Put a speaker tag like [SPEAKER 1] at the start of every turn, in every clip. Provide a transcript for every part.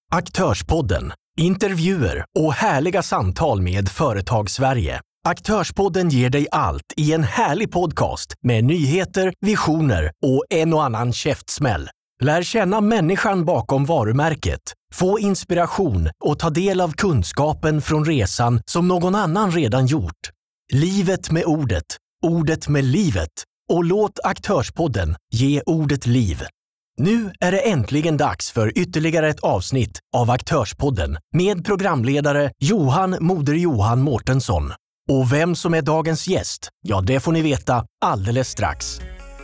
[SPEAKER 1] Aktörspodden, intervjuer och härliga samtal med Företagssverige. Aktörspodden ger dig allt i en härlig podcast med nyheter, visioner och en och annan käftsmäll. Lär känna människan bakom varumärket. Få inspiration och ta del av kunskapen från resan som någon annan redan gjort. Livet med ordet, ordet med livet. Och låt Aktörspodden ge ordet liv. Nu är det äntligen dags för ytterligare ett avsnitt av Aktörspodden med programledare Johan Mårtensson. Och vem som är dagens gäst, ja det får ni veta alldeles strax.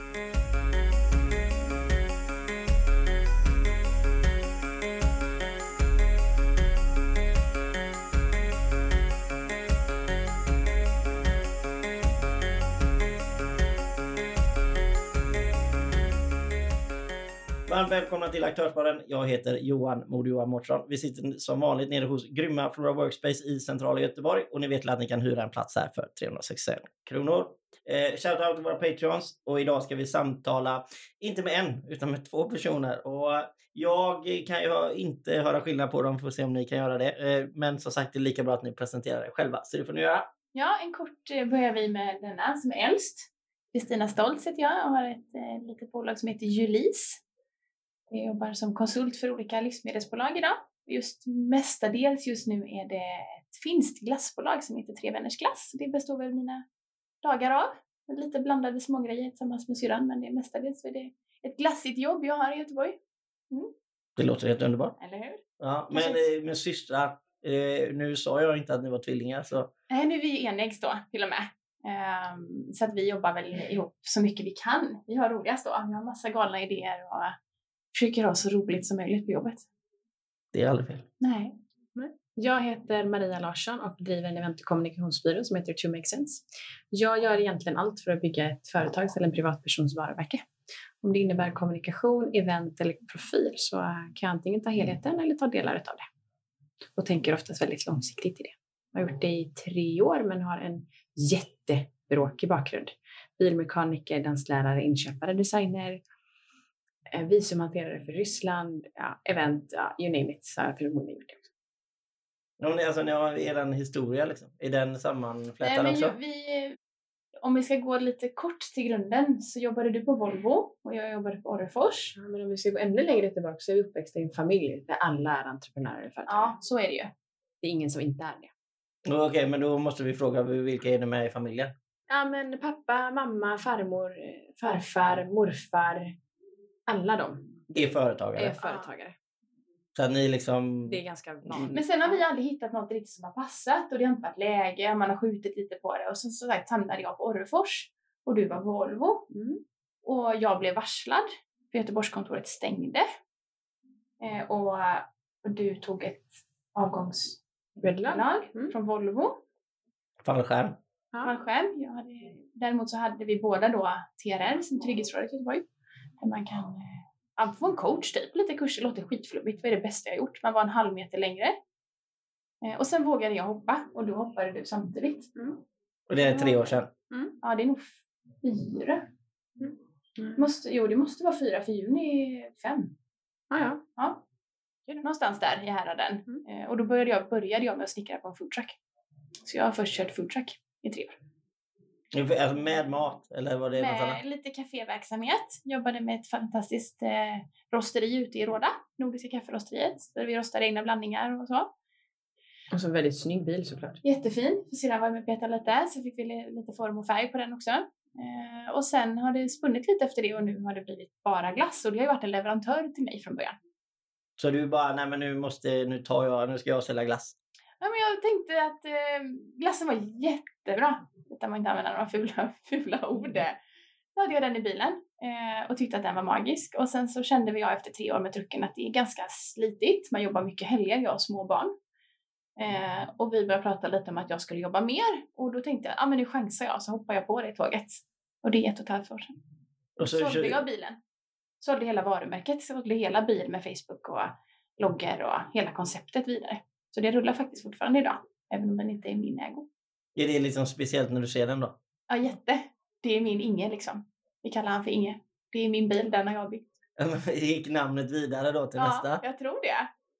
[SPEAKER 2] Varmt välkomna till Aktörspodden. Jag heter Johan Mårtensson. Vi sitter som vanligt nere hos grymma Flora Workspace i centrala Göteborg. Och ni vet att ni kan hyra en plats här för 361 kronor. Shoutout till våra Patreons. Och idag ska vi samtala, inte med en, utan med två personer. Och jag kan ju inte höra skillnad på dem, för att se om ni kan göra det. Men som sagt, det är lika bra att ni presenterar er själva. Så det får ni göra.
[SPEAKER 3] Ja, en kort börjar vi med denna som är äldst. Kristina Stoltz heter jag och har ett litet bolag som heter Julis. Jag jobbar som konsult för olika livsmedelsbolag idag. Mestadels just nu är det ett finskt glassbolag som heter Tre Vänners Glass. Det består väl mina dagar av. Lite blandade smågrejer tillsammans med syrran, men det är mestadels är det ett glassigt jobb jag har i Göteborg. Mm.
[SPEAKER 2] Det låter helt underbart.
[SPEAKER 3] Eller hur?
[SPEAKER 2] Ja, men med systrar, nu sa jag inte att ni var tvillingar. Så.
[SPEAKER 3] Nej, nu är vi enäggs då till och med. Så att vi jobbar väl ihop så mycket vi kan. Vi har roligast då. Vi har massa galna idéer och försöker ha så roligt som möjligt på jobbet.
[SPEAKER 2] Det är aldrig fel.
[SPEAKER 3] Nej.
[SPEAKER 4] Jag heter Maria Larsson och driver en event- och kommunikationsbyrå som heter To Make Sense. Jag gör egentligen allt för att bygga ett företags eller en privatpersons varumärke. Om det innebär kommunikation, event eller profil så kan jag antingen ta helheten eller ta delar av det. Och tänker oftast väldigt långsiktigt i det. Jag har gjort det i 3 år men har en jättebråkig bakgrund. Bilmekaniker, danslärare, inköpare, designer, visumhanterare för Ryssland, event, you name it. Så jag förmodligen gjort det.
[SPEAKER 2] Alltså, ni har er historia liksom. Är den sammanflätad också?
[SPEAKER 3] Om vi ska gå lite kort till grunden så jobbade du på Volvo och jag jobbade på Orrefors.
[SPEAKER 4] Ja, men om vi ska gå ännu längre tillbaka så är vi uppväxta i en familj där alla är entreprenörer.
[SPEAKER 3] Ja, så är det ju.
[SPEAKER 4] Det är ingen som inte är det.
[SPEAKER 2] Okej, men då måste vi fråga vilka är det med i familjen?
[SPEAKER 4] Ja, men pappa, mamma, farmor, farfar, morfar. Alla de
[SPEAKER 2] är företagare.
[SPEAKER 4] Är företagare.
[SPEAKER 2] Så att ni liksom...
[SPEAKER 4] Det är ganska vanligt.
[SPEAKER 3] Men sen har vi aldrig hittat något riktigt som har passat. Och det har inte varit läge. Man har skjutit lite på det. Och sen så hamnade jag på Orrefors. Och du var på Volvo. Mm. Och jag blev varslad. För Göteborgskontoret stängde. Och du tog ett avgångsvederlag från Volvo.
[SPEAKER 2] Fallskärm.
[SPEAKER 3] Fallskärm. Däremot så hade vi båda då TRR som Trygghetsrådet i Göteborg. Där man kan få en coach typ. Lite kurser låter skitflummigt. Vad är det bästa jag gjort? Man var 1/2 meter längre. Och sen vågade jag hoppa. Och då hoppade du samtidigt. Mm.
[SPEAKER 2] Och det är 3 år sedan?
[SPEAKER 3] Mm. Ja, det är nog 4. Det måste vara 4 för juni 5. Ja. Någonstans där i häraden. Och då började jag med att snickra på en foodtruck. Så jag har först kört foodtruck i 3 år.
[SPEAKER 2] Alltså med mat? Eller var det något annat?
[SPEAKER 3] Med lite kaféverksamhet. Jobbade med ett fantastiskt rosteri ute i Råda. Nordiska kafferosteriet. Där vi rostade egna blandningar och så.
[SPEAKER 4] Och så en väldigt snygg bil såklart.
[SPEAKER 3] Jättefin. Så sedan var jag med och petade lite. Så fick vi lite form och färg på den också. Och sen har det spunnit lite efter det. Och nu har det blivit bara glass. Och det har ju varit en leverantör till mig från början.
[SPEAKER 2] Så du bara, nej men nu ska jag sälja glass.
[SPEAKER 3] Ja, men jag tänkte att glassen var jättebra. Utan man inte använder några fula ord. Då hade jag den i bilen. Och tyckte att den var magisk. Och sen så kände vi efter 3 år med trucken att det är ganska slitigt. Man jobbar mycket helger, jag har små barn. Och vi började prata lite om att jag skulle jobba mer. Och då tänkte jag, men nu chansar jag. Så hoppar jag på det tåget. Och det är 1,5 år sedan. Och så sålde jag bilen. Sålde hela varumärket. Sålde hela bil med Facebook och loggar och hela konceptet vidare. Så det rullar faktiskt fortfarande idag. Även om den inte är min ägo.
[SPEAKER 2] Är det liksom speciellt när du ser den då?
[SPEAKER 3] Ja, jätte. Det är min Inge liksom. Vi kallar han för Inge. Det är min bil, den har jag byggt.
[SPEAKER 2] Gick namnet vidare då till nästa?
[SPEAKER 3] Ja, jag tror det.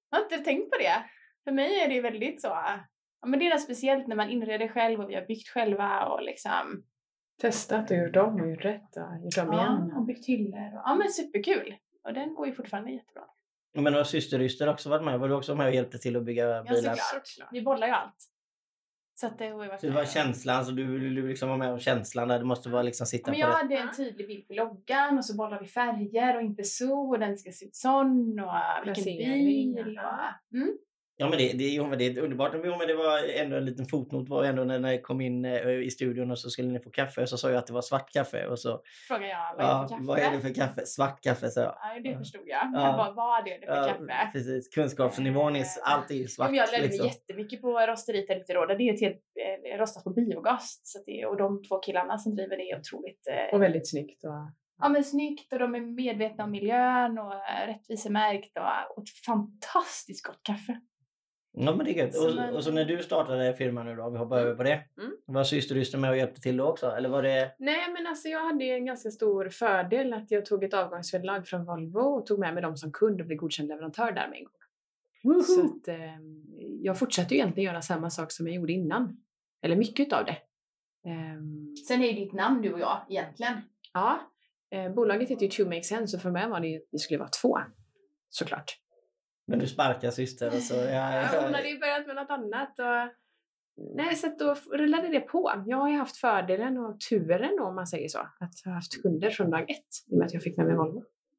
[SPEAKER 3] Jag har inte tänkt på det. För mig är det väldigt så. Ja, men det är något speciellt när man inreder själv och vi har byggt själva och liksom
[SPEAKER 4] Testat och gjort om och gjort rätt och gjort om igen.
[SPEAKER 3] och byggt hyllor. Ja, men superkul. Och den går ju fortfarande jättebra.
[SPEAKER 2] Men har syster också varit med? Var du också med och hjälpte till att bygga bilar?
[SPEAKER 3] Ja, såklart. Vi bollar ju allt. Så att det har ju varit...
[SPEAKER 2] Så det var känslan, så du liksom var med om känslan där. Du måste bara liksom sitta
[SPEAKER 3] men
[SPEAKER 2] på
[SPEAKER 3] jag
[SPEAKER 2] det.
[SPEAKER 3] hade en tydlig bild på loggan och så bollar vi färger och inte så. Och den ska se ut sån och vilken bil. Och,
[SPEAKER 2] Ja, men det är underbart. Men det var ändå en liten fotnot. Var ändå när jag kom in i studion och så skulle ni få kaffe. Och så sa jag att det var svart kaffe. Och så
[SPEAKER 3] frågade jag,
[SPEAKER 2] vad är det för kaffe? Svart kaffe, så jag.
[SPEAKER 3] Ja, det förstod jag. Ja. Vad är det för kaffe?
[SPEAKER 2] Precis. Kunskapsnivån är alltid svart.
[SPEAKER 3] Jag lärde mig
[SPEAKER 2] liksom.
[SPEAKER 3] jättemycket på rosteriet ute i Råda. Det är ju helt rostat på biogas. Så och de 2 killarna som driver det är otroligt...
[SPEAKER 4] Och väldigt snyggt.
[SPEAKER 3] Ja, men snyggt, och de är medvetna om miljön och rättvisemärkt och ett fantastiskt gott kaffe.
[SPEAKER 2] Ja, men det är gött. Och så när du startade firman nu då, vi hoppar över på det. Var systerdyster med och hjälpte till då också? Eller var det...
[SPEAKER 4] Nej, men alltså jag hade en ganska stor fördel att jag tog ett avgångsvederlag från Volvo och tog med mig dem som kund och blev godkänd leverantör där med en gång. Woohoo! Så att jag fortsatte ju egentligen göra samma sak som jag gjorde innan. Eller mycket av det.
[SPEAKER 3] Sen är ju ditt namn du och jag egentligen.
[SPEAKER 4] Ja, bolaget heter ju To Make Sense, och för mig var det skulle vara 2. Såklart.
[SPEAKER 2] Men du sparkar syster och så...
[SPEAKER 4] Hon hade ju börjat med något annat och... Nej, så då rullade det på. Jag har ju haft fördelen och turen då, om man säger så. Att ha haft kunder från dag 1. I och med att jag fick med mig Volvo.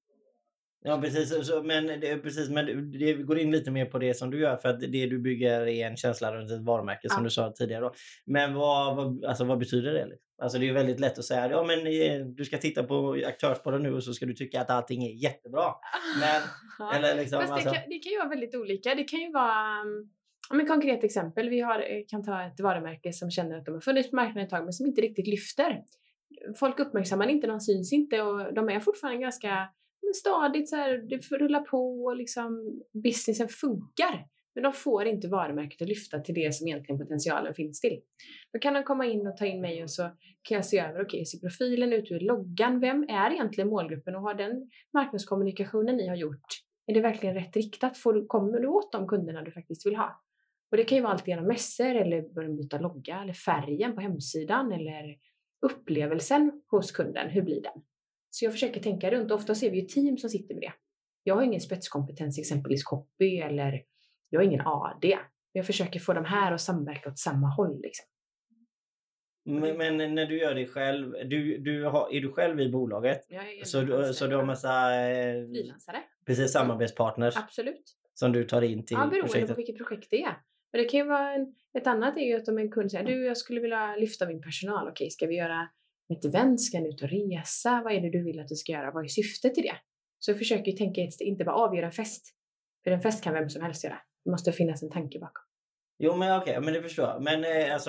[SPEAKER 2] Ja, precis. Men det går in lite mer på det som du gör. För att det du bygger är en känsla runt ett varumärke, som du sa tidigare då. Men vad betyder det? Alltså det är väldigt lätt att säga, ja men du ska titta på Aktörspodden nu och så ska du tycka att allting är jättebra. Men, eller liksom,
[SPEAKER 4] fast det kan ju vara väldigt olika. Det kan ju vara... Om ett konkret exempel, kan ta ett varumärke som känner att de har funnits på marknaden ett tag men som inte riktigt lyfter. Folk uppmärksammar inte, de syns inte och de är fortfarande ganska stadigt så här, det rullar på och liksom businessen funkar. Men de får inte varumärket att lyfta till det som egentligen potentialen finns till. Då kan de komma in och ta in mig och så kan jag se över, okej, se profilen ut ur loggan. Vem är egentligen målgruppen och har den marknadskommunikationen ni har gjort? Är det verkligen rätt riktat? Kommer du åt de kunderna du faktiskt vill ha? Och det kan ju vara allt genom mässor eller börja byta logga eller färgen på hemsidan eller upplevelsen hos kunden. Hur blir den? Så jag försöker tänka runt. Ofta ser vi ju team som sitter med det. Jag har ingen spetskompetens, exempelvis copy, eller jag har ingen AD. Jag försöker få de här att samverka åt samma håll. Liksom.
[SPEAKER 2] Men när du gör det själv, är du själv i bolaget? Så du har massa
[SPEAKER 4] frilansare.
[SPEAKER 2] Precis, samarbetspartners.
[SPEAKER 4] Absolut.
[SPEAKER 2] Som du tar in till
[SPEAKER 4] beroende
[SPEAKER 2] projektet.
[SPEAKER 4] på vilket projekt det är. Men det kan ju vara ett annat är ju att om en kund säger, jag skulle vilja lyfta min personal. Okej, ska vi göra ett event? Ska ni ut och resa? Vad är det du vill att du ska göra? Vad är syftet till det? Så jag försöker ju tänka inte bara avgöra en fest. För en fest kan vem som helst göra. Det måste finnas en tanke bakom.
[SPEAKER 2] Jo, men okej, men det förstår jag. Men alltså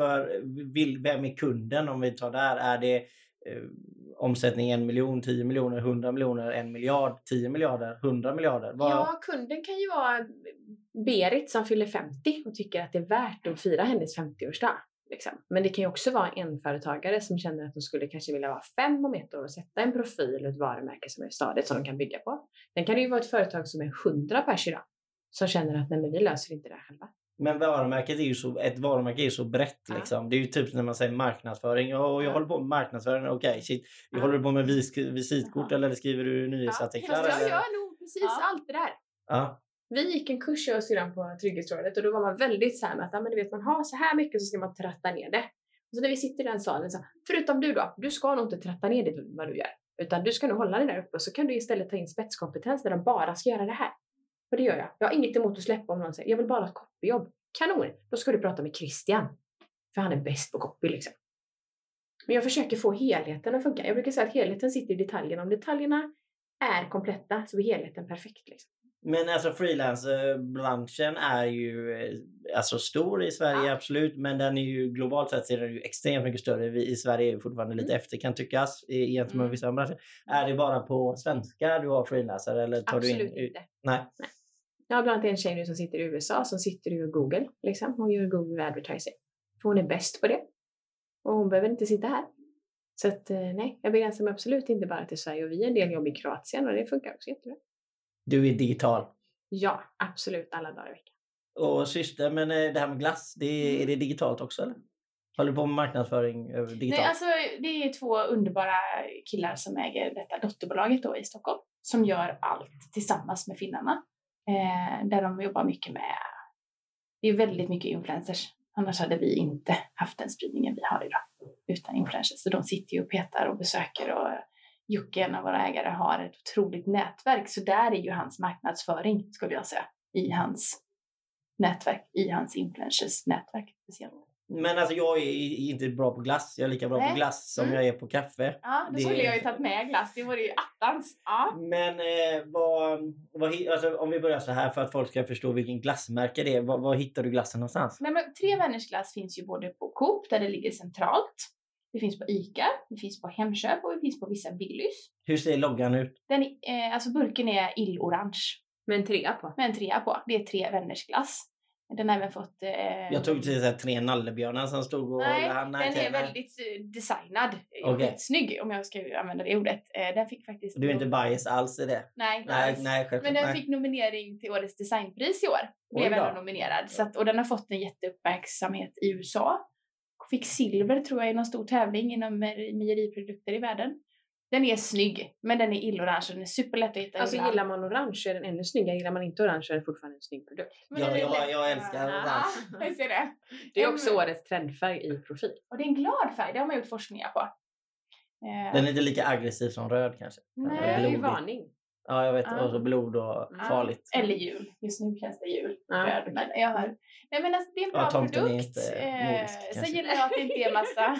[SPEAKER 2] vem är kunden om vi tar där? Är det omsättning 1 miljon, 10 miljoner, 100 miljoner, 1 miljard, 10 miljarder, 100 miljarder?
[SPEAKER 4] Ja, kunden kan ju vara Berit som fyller 50 och tycker att det är värt att fira hennes 50-årsdag. Liksom. Men det kan ju också vara en företagare som känner att de skulle kanske vilja vara 5 om ett år och sätta en profil och ett varumärke som är stadigt som de kan bygga på. Sen kan det ju vara ett företag som är 100 pers idag som känner att nej, men vi löser inte det här själva.
[SPEAKER 2] Men ett varumärke är ju så brett liksom. Det är ju typ när man säger marknadsföring. Jag håller på med marknadsföring. Okej, shit. Jag håller på med visitkort eller skriver du nyhetsartiklar?
[SPEAKER 4] Jag gör nog precis allt det där.
[SPEAKER 2] Ja.
[SPEAKER 4] Vi gick en kurs i syrran på Trygghetsrådet och då var man väldigt så här med att men du vet, man har så här mycket så ska man tratta ner det. Och så när vi sitter i den salen så förutom du ska nog inte tratta ner det vad du gör. Utan du ska nog hålla det där uppe och så kan du istället ta in spetskompetens där de bara ska göra det här. Och det gör jag. Jag har inget emot att släppa om någon säger jag vill bara ha ett copyjobb. Kanon! Då ska du prata med Christian. För han är bäst på copy liksom. Men jag försöker få helheten att funka. Jag brukar säga att helheten sitter i detaljerna. Om detaljerna är kompletta så är helheten perfekt liksom.
[SPEAKER 2] Men alltså frilansbranschen är ju alltså stor i Sverige, absolut. Men den är ju globalt sett är den ju extremt mycket större. Vi i Sverige är ju fortfarande lite efter, kan tyckas, gentemot vissa branscher. Är det bara på svenska du har frilansare? Eller tar
[SPEAKER 4] absolut
[SPEAKER 2] du in?
[SPEAKER 4] Inte.
[SPEAKER 2] Nej.
[SPEAKER 4] Jag har bland annat en tjej nu som sitter i USA som sitter i Google. Liksom. Hon gör Google Advertising. För hon är bäst på det. Och hon behöver inte sitta här. Så att nej, jag begränsar mig absolut inte bara till Sverige. Och vi är en del jobb i Kroatien och det funkar också jättebra.
[SPEAKER 2] Du är digital.
[SPEAKER 4] Ja, absolut alla dagar i veckan.
[SPEAKER 2] Och syster, men det här med glass, är det digitalt också eller? Håller du på med marknadsföring digitalt?
[SPEAKER 3] Nej, alltså det är 2 underbara killar som äger detta dotterbolaget då i Stockholm. Som gör allt tillsammans med finnarna. Där de jobbar mycket med, det är väldigt mycket influencers. Annars hade vi inte haft den spridningen vi har idag utan influencers. Så de sitter ju och petar och besöker och Jocke, en av våra ägare, har ett otroligt nätverk. Så där är ju hans marknadsföring, skulle jag säga, i hans nätverk, i hans influencers nätverk speciellt.
[SPEAKER 2] Men alltså jag är inte bra på glass. Jag är lika bra på glass som jag är på kaffe.
[SPEAKER 3] Ja, då skulle jag ju tagit med glass. Det vore ju attans. Ja.
[SPEAKER 2] Men alltså, om vi börjar så här för att folk ska förstå vilken glassmärke det är. Var hittar du glassen någonstans?
[SPEAKER 3] Nej, men 3 vänners glass finns ju både på Coop där det ligger centralt. Det finns på ICA, det finns på Hemköp och det finns på vissa Billys.
[SPEAKER 2] Hur ser loggan ut?
[SPEAKER 3] Alltså burken är illorange.
[SPEAKER 4] Med en 3 på.
[SPEAKER 3] Med en 3 på. Det är 3 vänners glass. Den har även fått...
[SPEAKER 2] Jag tog till så här 3 nallebjörnar som stod och...
[SPEAKER 3] Nej, den är väldigt designad. Väldigt snygg, om jag ska använda det ordet. Den fick faktiskt...
[SPEAKER 2] Du är inte bias alls i det?
[SPEAKER 3] Nej,
[SPEAKER 2] självklart.
[SPEAKER 3] Men den fick nominering till årets designpris i år. Blev ändå nominerad. Så att, och den har fått en jätteuppmärksamhet i USA. Fick silver tror jag i någon stor tävling inom mejeriprodukter i världen. Den är snygg, men den är illorange och den är superlätt att hitta.
[SPEAKER 4] Alltså gillar man orange är den ännu snyggare. Gillar man inte orange är det fortfarande en snygg produkt.
[SPEAKER 2] Jag älskar orange.
[SPEAKER 3] Jag ser det.
[SPEAKER 4] Det är också årets trendfärg i profil.
[SPEAKER 3] Och det är en glad färg, det har man gjort forskningar på.
[SPEAKER 2] Den är inte lika aggressiv som röd kanske.
[SPEAKER 3] Nej,
[SPEAKER 4] det är ju varning.
[SPEAKER 2] Ja, jag vet. Och så blod och farligt.
[SPEAKER 3] Eller jul. Just nu känns det jul.
[SPEAKER 4] Ja.
[SPEAKER 3] Men jag hör. Nej, men alltså, det är en bra produkt. Sen gillar jag att det inte är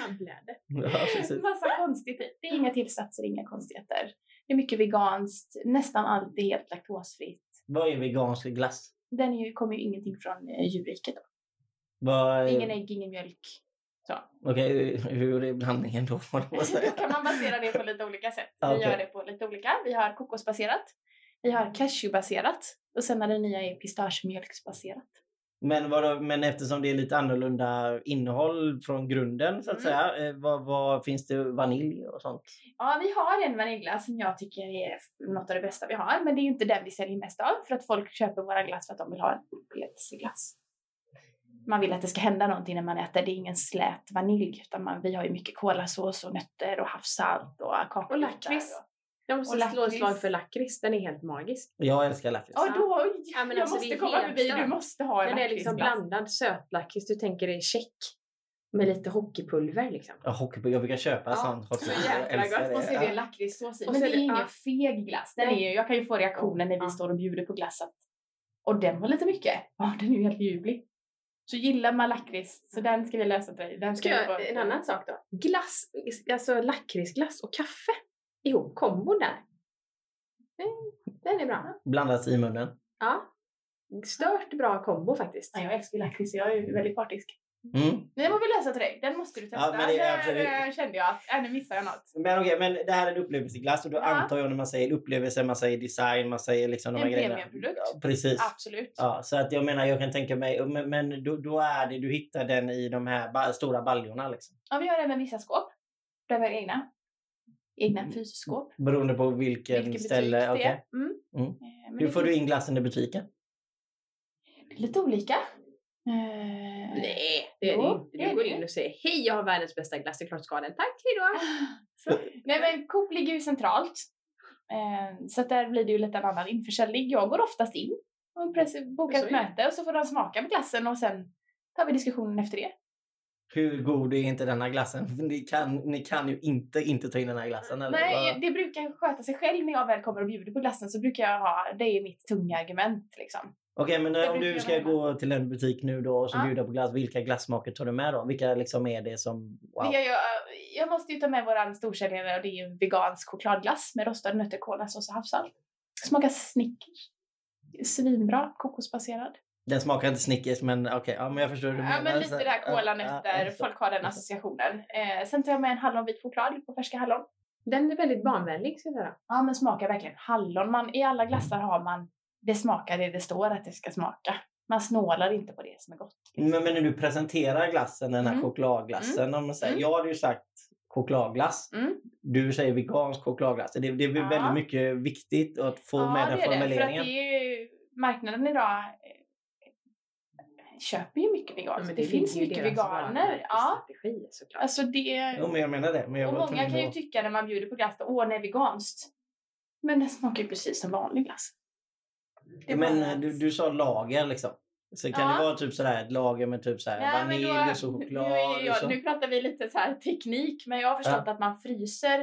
[SPEAKER 3] massa konstigt. Det är inga tillsatser, inga konstigheter. Det är mycket veganskt. Nästan allt är helt laktosfritt.
[SPEAKER 2] Vad är vegansk glass?
[SPEAKER 3] Kommer ju ingenting från djurriket då. Ingen ägg, ingen mjölk.
[SPEAKER 2] Okej, hur är blandningen då?
[SPEAKER 3] Då kan man basera det på lite olika sätt. Vi gör det på lite olika. Vi har kokosbaserat. Vi har cashewbaserat. Och sen när det nya är pistachemjölksbaserat.
[SPEAKER 2] Men eftersom det är lite annorlunda innehåll från grunden så att säga. Vad finns det vanilj och sånt?
[SPEAKER 3] Ja, vi har en vaniljglass som jag tycker är något av det bästa vi har. Men det är ju inte den vi säljer mest av. För att folk köper våra glass för att de vill ha en upplevelseglass. Man vill att det ska hända någonting när man äter. Det är ingen slät vanilj. Utan vi har ju mycket kolasås och nötter och havssalt och kakor.
[SPEAKER 4] Och lakrits. Jag måste slå ett slag för lakrits. Den är helt magisk.
[SPEAKER 2] Jag älskar lakrits.
[SPEAKER 3] Ja, då.
[SPEAKER 4] Ja, men
[SPEAKER 3] jag
[SPEAKER 4] alltså,
[SPEAKER 3] måste komma förbi. Du måste ha en
[SPEAKER 4] lakrits. Den är liksom blandad sötlakrits. Du tänker det är check. Med lite hockeypulver liksom.
[SPEAKER 2] Ja, hockeypulver. Jag brukar köpa sånt.
[SPEAKER 3] Så jävla gott. Och så är det lakritssås i. Men det är ingen feg glass. Jag kan ju få reaktionen när vi står och bjuder på glass. Och den var lite mycket. Ja, den är ju helt ljuvlig. Så gillar man lakrits, så den ska vi lösa till dig.
[SPEAKER 4] En annan sak då. Glass, alltså lakritsglass och kaffe. Jo, kombo där. Den är bra.
[SPEAKER 2] Blandas i munnen.
[SPEAKER 4] Ja. Stört bra kombo faktiskt.
[SPEAKER 3] Ja, jag älskar lakrits, jag är väldigt partisk. Den får vi lösa till dig. Den måste du testa.
[SPEAKER 2] Ja, men
[SPEAKER 3] där kände jag att nu missar jag något.
[SPEAKER 2] Men det här är en upplevelseglass och då antar jag när man säger upplevelse, man säger design, man säger liksom de här grejerna.
[SPEAKER 3] En premiumprodukt.
[SPEAKER 2] Ja, precis.
[SPEAKER 3] Absolut.
[SPEAKER 2] Ja, så att jag menar, jag kan tänka mig, men då är det, du hittar den i de här stora baljorna liksom.
[SPEAKER 3] Ja, vi har även vissa skåp. Där vi har egna fysskåp.
[SPEAKER 2] Beroende på vilken ställe.
[SPEAKER 3] Det är.
[SPEAKER 2] Okay. Hur får du in glassen i butiken?
[SPEAKER 3] Det är lite olika.
[SPEAKER 4] Nej, det är det inte. Du går in och säger hej, jag har världens bästa glass, det är klart ska ha den. Tack, hejdå.
[SPEAKER 3] Nej, men Coop ligger ju centralt. Så att där blir det ju lite en annan införsäljning. Jag går oftast in och bokar ett möte och så får de smaka på glassen och sen tar vi diskussionen efter det.
[SPEAKER 2] Hur god är inte denna glassen? Ni kan ju inte ta in den här glassen. Eller?
[SPEAKER 3] Nej, det brukar sköta sig själv när jag väl kommer och bjuder på glassen, så brukar jag ha, det är mitt tunga argument liksom.
[SPEAKER 2] Okej, men om du ska gå till en butik nu då och så bjuda på glass, vilka glassmaker tar du med då? Vilka liksom är det som... Wow.
[SPEAKER 3] Jag måste ju ta med våran storsäljare och det är ju vegansk chokladglass med rostade nötter, kolasås och havssalt. Smakar Snickers. Svinbra, kokosbaserad.
[SPEAKER 2] Den smakar inte Snickers, men okej, ja, men jag förstår hur du menar.
[SPEAKER 3] Ja, men lite där kolanötter, folk har den associationen. Sen tar jag med en hallonvit choklad på färska hallon.
[SPEAKER 4] Den är väldigt barnvänlig, ska jag säga.
[SPEAKER 3] Ja, men smakar verkligen hallon. I alla glassar har man, det smakar det står att det ska smaka. Man snålar inte på det som är gott.
[SPEAKER 2] Men när du presenterar glassen, den här chokladglassen, om man säger, jag hade ju sagt chokladglass. Du säger vegansk chokladglass. Det är väldigt mycket viktigt att få med den formuleringen.
[SPEAKER 3] För att marknaden idag köper ju mycket veganskt. Men det finns mycket veganer. Ja,
[SPEAKER 4] strategi, såklart.
[SPEAKER 3] Alltså det...
[SPEAKER 2] Jo, men jag menar det. Men jag
[SPEAKER 3] och många kan ju tycka när man bjuder på glass, det är veganskt. Men det smakar ju precis som vanlig glass.
[SPEAKER 2] Men du sa lager liksom. Så kan det vara typ sådär ett lager med typ såhär vanilj och choklad.
[SPEAKER 3] Nu pratar vi lite så här teknik, men jag har förstått att man fryser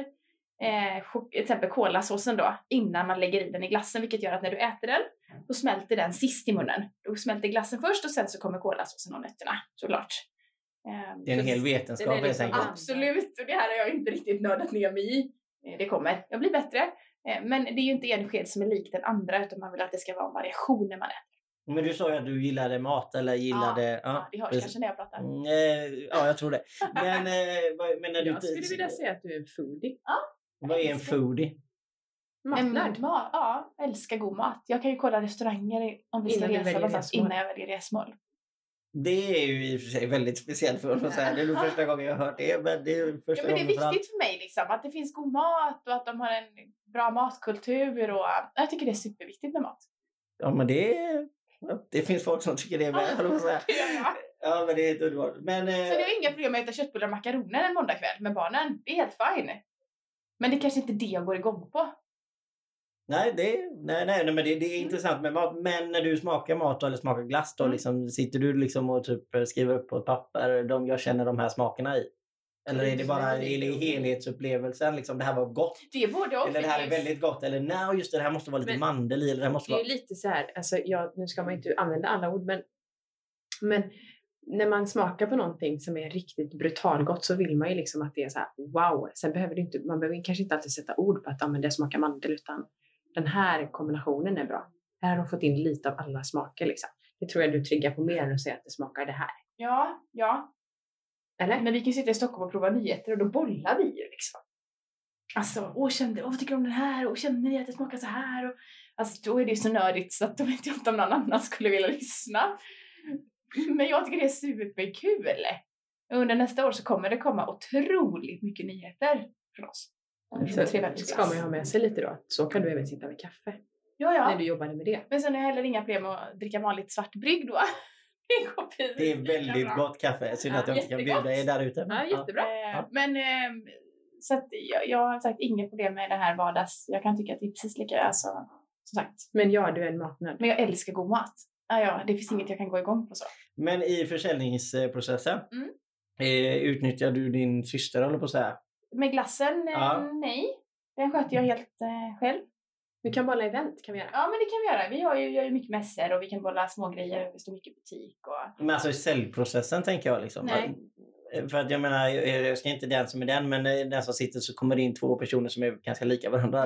[SPEAKER 3] till exempel kolasåsen då innan man lägger i den i glassen, vilket gör att när du äter den då smälter den sist i munnen. Då smälter glassen först och sen så kommer kolasåsen och nötterna, såklart.
[SPEAKER 2] Det är en hel vetenskap helt enkelt.
[SPEAKER 3] Absolut, och det här har jag inte riktigt nördat ner mig i. Det kommer, jag blir bättre. Men det är ju inte en sked som är lik den andra, utan man vill att det ska vara en variation när man äter.
[SPEAKER 2] Men du sa ju att du gillade mat eller gillade...
[SPEAKER 3] Ja, det hörs kanske när jag pratar.
[SPEAKER 2] Ja, jag tror det. Men när du...
[SPEAKER 4] Jag skulle vilja säga att du är en foodie.
[SPEAKER 3] Ja.
[SPEAKER 2] Vad är en foodie?
[SPEAKER 4] Matnörd.
[SPEAKER 3] Ja, älskar god mat. Jag kan ju kolla restauranger om vi ska resa någonstans innan jag väljer resmål.
[SPEAKER 2] Det är ju i och för sig väldigt speciellt för att säga. Det är nog första gången jag har hört det. Men det är första
[SPEAKER 3] men det är viktigt för mig liksom, att det finns god mat och att de har en bra matkultur. Och jag tycker det är superviktigt med mat.
[SPEAKER 2] Ja, men det finns folk som tycker det är med. Ja, men det är inte underbart. Men, så
[SPEAKER 3] det är inga problem med att äta köttbullar och makaroner en måndagkväll med barnen. Det är helt fine. Men det är kanske inte det jag går igång på.
[SPEAKER 2] Nej, men det är intressant med mat. Men när du smakar mat eller smakar glass då, liksom, sitter du liksom och typ skriver upp på ett papper jag känner de här smakerna i? Eller är det bara helhetsupplevelsen? Liksom, det här var gott.
[SPEAKER 3] Det är både och.
[SPEAKER 2] Eller det här är väldigt gott. Eller just det här måste vara lite mandel i. Eller det här måste
[SPEAKER 4] det är ju lite så här, alltså, nu ska man inte använda alla ord, men när man smakar på någonting som är riktigt brutalgott så vill man ju liksom att det är så här, wow. Sen behöver man behöver kanske inte alltid sätta ord på att det smakar mandel, utan den här kombinationen är bra. Här har de fått in lite av alla smaker liksom. Det tror jag du triggar på mer än att säga att det smakar det här.
[SPEAKER 3] Ja.
[SPEAKER 4] Eller?
[SPEAKER 3] Men vi kan sitta i Stockholm och prova nyheter och då bollar vi ju liksom. Alltså, vad tycker du om den här? Och känner ni att det smakar så här? Och, alltså, då är det ju så nördigt så att då vet jag inte om någon annan skulle vilja lyssna. Men jag tycker det är superkul. Under nästa år så kommer det komma otroligt mycket nyheter från oss.
[SPEAKER 4] Så ska man ju ha med sig lite då. Så kan du även sitta med kaffe.
[SPEAKER 3] Ja.
[SPEAKER 4] När du jobbade med det.
[SPEAKER 3] Men sen är det heller inga problem att dricka vanligt svart brygg då.
[SPEAKER 2] Det är väldigt gott kaffe. Synd att jag inte kan bjuda er där ute.
[SPEAKER 3] Ja, jättebra. Men så att jag har sagt inget problem med det här vardags. Jag kan tycka att det är precis lika, alltså, som sagt.
[SPEAKER 4] Men ja, du är en matnörd.
[SPEAKER 3] Men jag älskar god mat. Ja, det finns inget jag kan gå igång på så.
[SPEAKER 2] Men i försäljningsprocessen, utnyttjar du din syster, eller på att säga?
[SPEAKER 3] Med glassen? Nej. Den sköter jag helt själv.
[SPEAKER 4] Vi kan bolla event, kan vi göra.
[SPEAKER 3] Ja, men det kan vi göra. Vi gör ju mycket mässor och vi kan bolla små grejer. Vi står mycket i butik.
[SPEAKER 2] Men alltså i säljprocessen tänker jag liksom.
[SPEAKER 3] Nej.
[SPEAKER 2] För att jag menar, jag ska inte den som är den, men den som sitter så kommer det in 2 personer som är ganska lika varandra.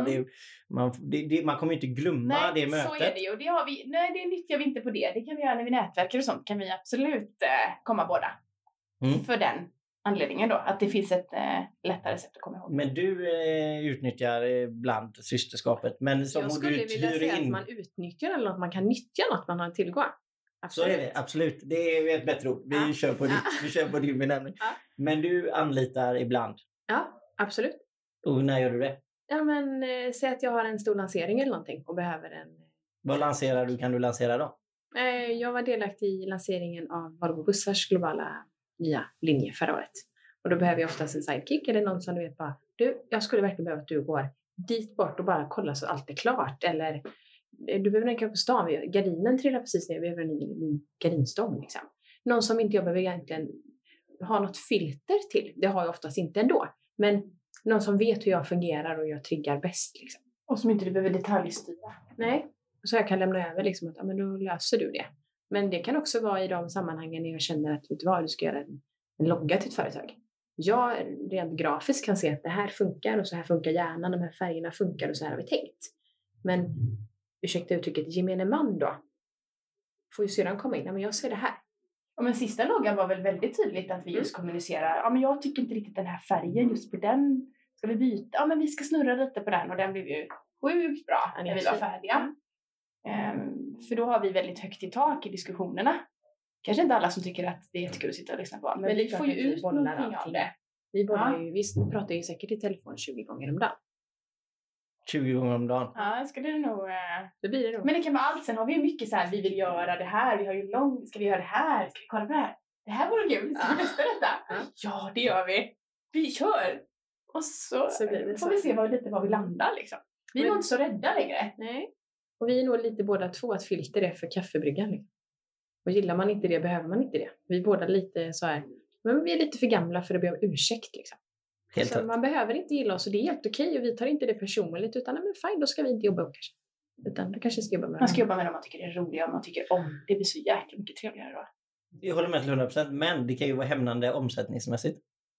[SPEAKER 2] Man kommer ju inte glömma det mötet.
[SPEAKER 3] Nej, så är det ju. Det nyttjar vi inte på det. Det kan vi göra när vi nätverkar och sånt. Kan vi absolut komma båda. För den anledningen då. Att det finns ett lättare sätt att komma ihåg.
[SPEAKER 2] Men du utnyttjar ibland systerskapet. Men som
[SPEAKER 4] jag skulle vilja säga att man utnyttjar eller att man kan nyttja något man har tillgång.
[SPEAKER 2] Absolut. Så är det, absolut. Det är ett bättre ord. Vi kör på din benämning. Ja. Men du anlitar ibland?
[SPEAKER 4] Ja, absolut.
[SPEAKER 2] Och när gör du det?
[SPEAKER 4] Ja, men säg att jag har en stor lansering eller någonting och behöver en...
[SPEAKER 2] Vad lanserar du? Kan du lansera då?
[SPEAKER 4] Jag var delaktig i lanseringen av Volvo Bussars globala nya linje förra året. Och då behöver jag oftast en sidekick eller någon som du vet bara, jag skulle verkligen behöva att du går dit bort och bara kollar så allt är klart. Eller du behöver en på stan, gardinen trillar precis ner, vi behöver en ny gardinstång liksom. Någon som inte jag behöver egentligen ha något filter till, det har jag oftast inte ändå. Men någon som vet hur jag fungerar och jag triggar bäst liksom.
[SPEAKER 3] Och som inte du behöver detaljstyra.
[SPEAKER 4] Nej, så jag kan lämna över liksom att men då löser du det. Men det kan också vara i de sammanhangen när jag känner att vet du vad, du ska göra en logga till ett företag. Jag rent grafiskt kan se att det här funkar och så här funkar hjärnan, de här färgerna funkar och så här har vi tänkt. Men ursäkta uttrycket, gemene man då får ju sedan komma in, men jag ser det här.
[SPEAKER 3] Ja, men sista loggan var väl väldigt tydligt att vi just kommunicerar. Ja, men jag tycker inte riktigt den här färgen just på den. Ska vi byta? Ja, men vi ska snurra lite på den och den blev ju sjukt bra när vi var färdiga. För då har vi väldigt högt i tak i diskussionerna. Kanske inte alla som tycker att det är jättekul att sitta och lyssna på. Men vi får ju ut någonting av det.
[SPEAKER 4] Vi pratar ju säkert i telefon 20 gånger om dagen.
[SPEAKER 2] 20 gånger om dagen.
[SPEAKER 3] Ja, ska det nog...
[SPEAKER 4] Det blir det nog.
[SPEAKER 3] Men det kan vara allt. Sen har vi ju mycket så här, vi vill göra det här. Vi har ju ska vi göra det här? Ska vi kolla på det här? Det här vore kul. Ska vi testa detta? Ja, det gör vi. Vi kör! Och så
[SPEAKER 4] blir det
[SPEAKER 3] får
[SPEAKER 4] så.
[SPEAKER 3] vi se var vi landar liksom. Vi är nog inte så rädda längre.
[SPEAKER 4] Nej. Och vi är nog lite båda två att filter är för kaffebryggan. Liksom. Och gillar man inte det behöver man inte det. Vi är båda lite så här, men vi är lite för gamla för att be om ursäkt liksom.
[SPEAKER 2] Helt
[SPEAKER 4] Så
[SPEAKER 2] rätt.
[SPEAKER 4] man behöver inte gilla oss och det är helt okej. Och vi tar inte det personligt utan men fine, då ska vi inte jobba kanske. Utan då kanske ska jobba med
[SPEAKER 3] Man ska jobba med dem man tycker det är roliga och man tycker om. Det blir så jäkla mycket trevligare då.
[SPEAKER 2] Jag håller med till 100%, men det kan ju vara hämnande omsättningsmässigt.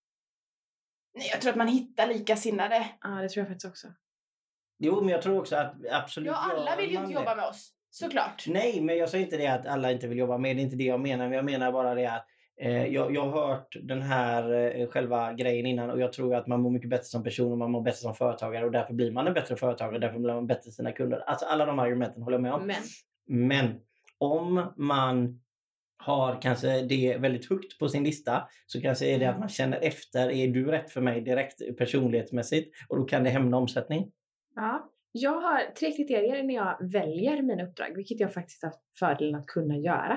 [SPEAKER 3] Nej, jag tror att man hittar likasinnade.
[SPEAKER 4] Ja, det tror jag faktiskt också.
[SPEAKER 2] Jo, men jag tror också att absolut...
[SPEAKER 3] Ja, alla vill ju inte jobba med oss. Såklart.
[SPEAKER 2] Nej, men jag säger inte det att alla inte vill jobba med. Det är inte det jag menar. Men jag menar bara det att jag har hört den här själva grejen innan. Och jag tror att man mår mycket bättre som person och man mår bättre som företagare. Och därför blir man en bättre företagare. Och därför blir man bättre till sina kunder. Alltså alla de argumenten håller jag med om. Men om man har kanske det väldigt högt på sin lista så kanske är det att man känner efter. Är du rätt för mig direkt personlighetsmässigt? Och då kan det hämna omsättning.
[SPEAKER 4] Ja. Jag har 3 kriterier när jag väljer mina uppdrag, vilket jag faktiskt har fördelen att kunna göra.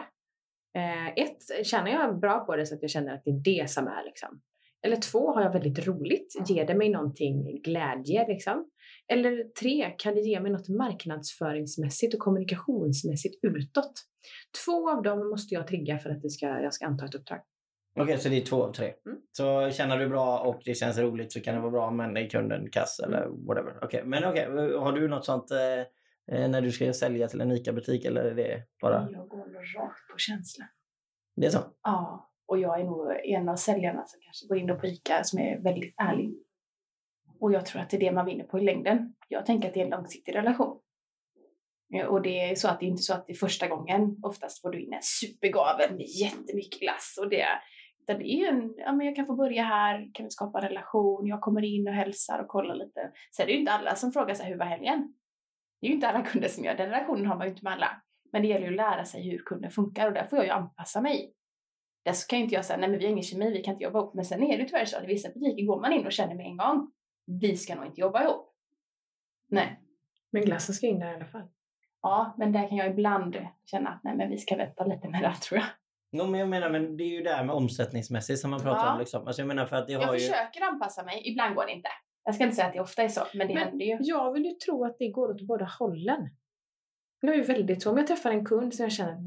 [SPEAKER 4] 1, känner jag bra på det så att jag känner att det är det som är liksom. Eller 2, har jag väldigt roligt, ger det mig någonting glädje liksom. Eller 3, kan det ge mig något marknadsföringsmässigt och kommunikationsmässigt utåt. 2 av dem måste jag trigga för att jag ska anta ett uppdrag.
[SPEAKER 2] Okej, så det är 2 av 3. Så känner du bra och det känns roligt så kan det vara bra, men är kunden kass eller whatever. Okej, men har du något sånt när du ska sälja till en ICA-butik eller är det bara...
[SPEAKER 3] Jag går nog rakt på känsla.
[SPEAKER 2] Det är så?
[SPEAKER 3] Ja, och jag är nog en av säljarna som kanske går in då på ICA som är väldigt ärlig. Och jag tror att det är det man vinner på i längden. Jag tänker att det är en långsiktig relation. Och det är så att det är inte så att det är första gången. Oftast får du in en supergavel med jättemycket glass. Och det är ju men jag kan få börja här, kan vi skapa en relation. Jag kommer in och hälsar och kollar lite. Så är det ju inte alla som frågar sig hur var helgen. Det är ju inte alla kunder som gör den relationen, har man ju inte med alla. Men det gäller ju att lära sig hur kunden funkar och där får jag ju anpassa mig. Där så kan ju inte jag säga, nej men vi har ingen kemi, vi kan inte jobba ihop. Men sen är det tyvärr så att i vissa butiker går man in och känner med en gång, vi ska nog inte jobba ihop. Nej.
[SPEAKER 4] Men glassen ska in där i alla fall.
[SPEAKER 3] Ja, men där kan jag ibland känna att nej men vi ska vänta lite med det tror jag.
[SPEAKER 2] No, men jag menar, men det är ju där med omsättningsmässigt som man pratar om liksom. Alltså jag menar för att
[SPEAKER 3] jag försöker anpassa mig, ibland går det inte. Jag ska inte säga att det ofta är så, men det händer ju.
[SPEAKER 4] Jag vill ju tro att det går åt båda hållen. Det är ju väldigt så. Om jag träffar en kund så jag känner,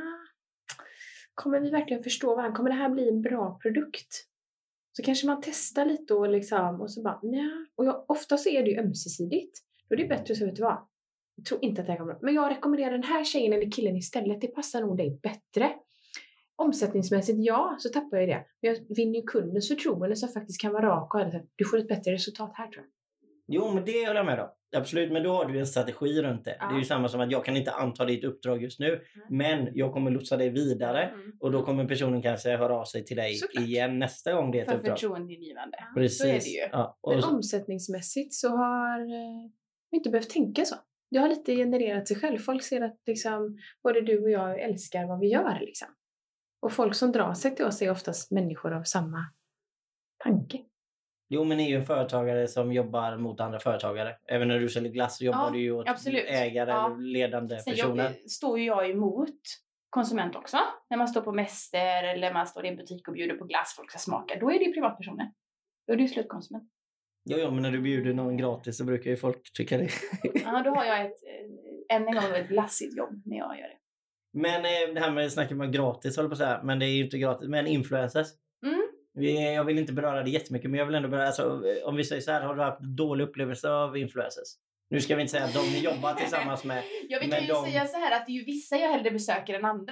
[SPEAKER 4] kommer vi verkligen förstå varandra? Kommer det här bli en bra produkt? Så kanske man testar lite och liksom, och så bara, Och ofta så är det ju ömsesidigt. Då är det bättre så vet du vad. Jag tror inte att det här kommer bra. Men jag rekommenderar den här tjejen eller killen istället. Det passar nog dig bättre. Omsättningsmässigt, så tappar jag det. Men jag vinner ju kundens förtroende som faktiskt kan vara rak och ärlig. Du får ett bättre resultat här tror jag.
[SPEAKER 2] Jo, men det håller jag med då. Absolut, men då har du en strategi runt det. Ja. Det är ju samma som att jag kan inte anta ditt uppdrag just nu. Men jag kommer lotsa dig vidare. Och då kommer personen kanske höra av sig till dig igen nästa gång det är ett uppdrag.
[SPEAKER 3] För förtroendegivande.
[SPEAKER 2] Precis.
[SPEAKER 3] Så är det ju.
[SPEAKER 2] Ja.
[SPEAKER 4] Men omsättningsmässigt så har vi inte behövt tänka så. Det har lite genererat sig själv. Folk ser att liksom, både du och jag älskar vad vi gör. Liksom. Och folk som drar sig till oss är oftast människor av samma tanke.
[SPEAKER 2] Jo, men ni är ju en företagare som jobbar mot andra företagare. Även när du säljer glass så jobbar du ju åt ägare eller ledande personer.
[SPEAKER 3] Står ju jag emot konsument också. När man står på mäster eller man står i en butik och bjuder på glass folk ska smaka. Då är det ju privatpersoner. Då är det ju slutkonsument.
[SPEAKER 2] Jo, men när du bjuder någon gratis så brukar ju folk tycka det.
[SPEAKER 3] Ja, då har jag än en gång ett glassigt jobb när jag gör det.
[SPEAKER 2] Men det här med snacket med gratis håller på att säga. Men det är ju inte gratis. Men influencers. Jag vill inte beröra det jättemycket, men jag vill ändå beröra, alltså, om vi säger så här, har du haft dålig upplevelse av influencers? Nu ska vi inte säga att de jobbar tillsammans med...
[SPEAKER 3] Ja, vi kan ju säga så här att det är ju vissa jag hellre besöker än andra.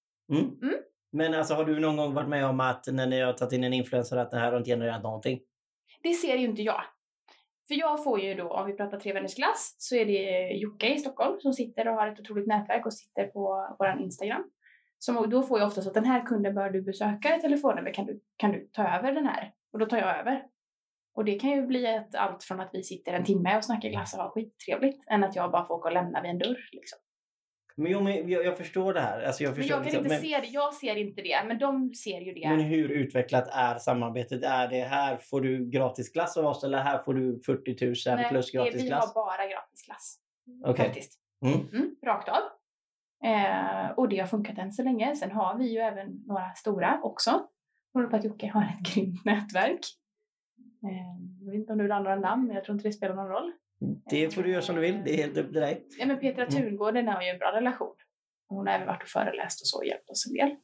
[SPEAKER 2] Men alltså, har du någon gång varit med om att när ni har tagit in en influencer att det här har inte genererat någonting?
[SPEAKER 3] Det ser ju inte jag. För jag får ju då, om vi pratar Tre Vänners glass, så är det Jocke i Stockholm som sitter och har ett otroligt nätverk och sitter på vår Instagram. Så då får jag ofta så att den här kunden bör du besöka i telefonnummer, kan du ta över den här? Och då tar jag över. Och det kan ju bli allt från att vi sitter en timme och snackar glass och har skittrevligt, än att jag bara får åka och lämna vid en dörr. Liksom.
[SPEAKER 2] Men jag förstår det här. Alltså jag förstår
[SPEAKER 3] men jag kan inte se det. Jag ser inte det, men de ser ju det.
[SPEAKER 2] Men hur utvecklat är samarbetet? Är det här får du gratis glass av oss eller här får du 40 000 plus gratis
[SPEAKER 3] vi
[SPEAKER 2] glass?
[SPEAKER 3] har bara gratis glass.
[SPEAKER 2] Okej.
[SPEAKER 3] Faktiskt. Rakt av. Och det har funkat än så länge. Sen har vi ju även några stora också. Jag håller på att Jocke har ett grymt nätverk. Jag vet inte om du vill ha några namn, men jag tror inte det spelar någon roll.
[SPEAKER 2] Det får du göra som du vill. Det är helt upp till dig.
[SPEAKER 3] Ja, men Petra Turgården har ju en bra relation. Hon har även varit och föreläst och så och hjälpt oss en del.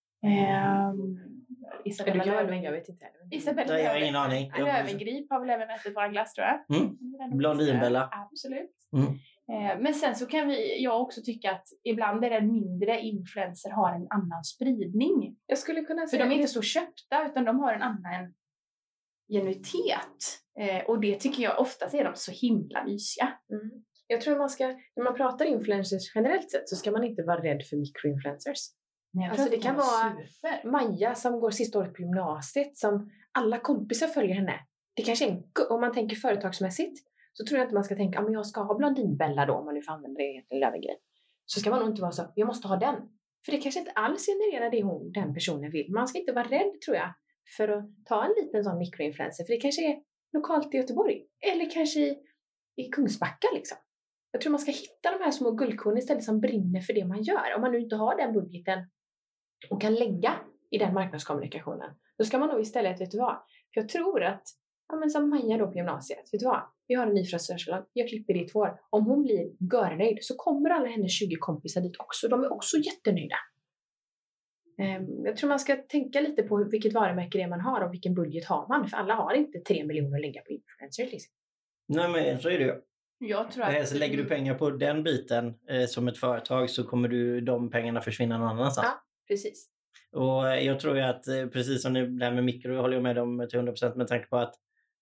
[SPEAKER 3] Isabella
[SPEAKER 4] jag vet inte.
[SPEAKER 3] Isabella
[SPEAKER 2] Jag har ingen aning.
[SPEAKER 3] Löwengrip har väl även ätit våra glass, tror jag.
[SPEAKER 2] Blondinbella.
[SPEAKER 3] Absolut. Men sen så kan jag också tycka att ibland är det mindre influencer har en annan spridning.
[SPEAKER 4] Jag skulle kunna
[SPEAKER 3] För
[SPEAKER 4] säga
[SPEAKER 3] de är inte så köpta, utan de har en annan genuitet. Och det tycker jag oftast är de så himla mysiga.
[SPEAKER 4] Jag tror när man pratar influencers generellt sett så ska man inte vara rädd för mikroinfluencers. Alltså det kan vara Maja som går sista året på gymnasiet som alla kompisar följer henne. Det kanske är om man tänker företagsmässigt så tror jag inte man ska tänka men jag ska ha Blondinbella då om man nu får använda det till Löwengrip. Så ska man nog inte vara så, jag måste ha den. För det kanske inte alls genererar det den personen vill. Man ska inte vara rädd tror jag för att ta en liten sån mikroinfluencer. För det kanske är lokalt i Göteborg. Eller kanske i Kungsbacka liksom. Jag tror man ska hitta de här små guldkornen istället som brinner för det man gör. Om man nu inte har den budgeten och kan lägga i den marknadskommunikationen. Då ska man nog istället, vet du vad? För jag tror att, som Maja då på gymnasiet, vet du vad? Vi har en ny frisörsalong, jag klipper ditt hår. Om hon blir görnöjd så kommer alla hennes 20 kompisar dit också. De är också jättenöjda. Jag tror man ska tänka lite på vilket varumärke det är man har och vilken budget har man. För alla har inte 3 miljoner att lägga på influencers. Liksom.
[SPEAKER 2] Nej, men så är det ju.
[SPEAKER 3] Jag tror att...
[SPEAKER 2] Så lägger du pengar på den biten som ett företag så kommer de pengarna försvinna någon annanstans.
[SPEAKER 3] Ja, precis.
[SPEAKER 2] Och jag tror ju att precis som det här med mikro håller jag med om till 100% med tanke på att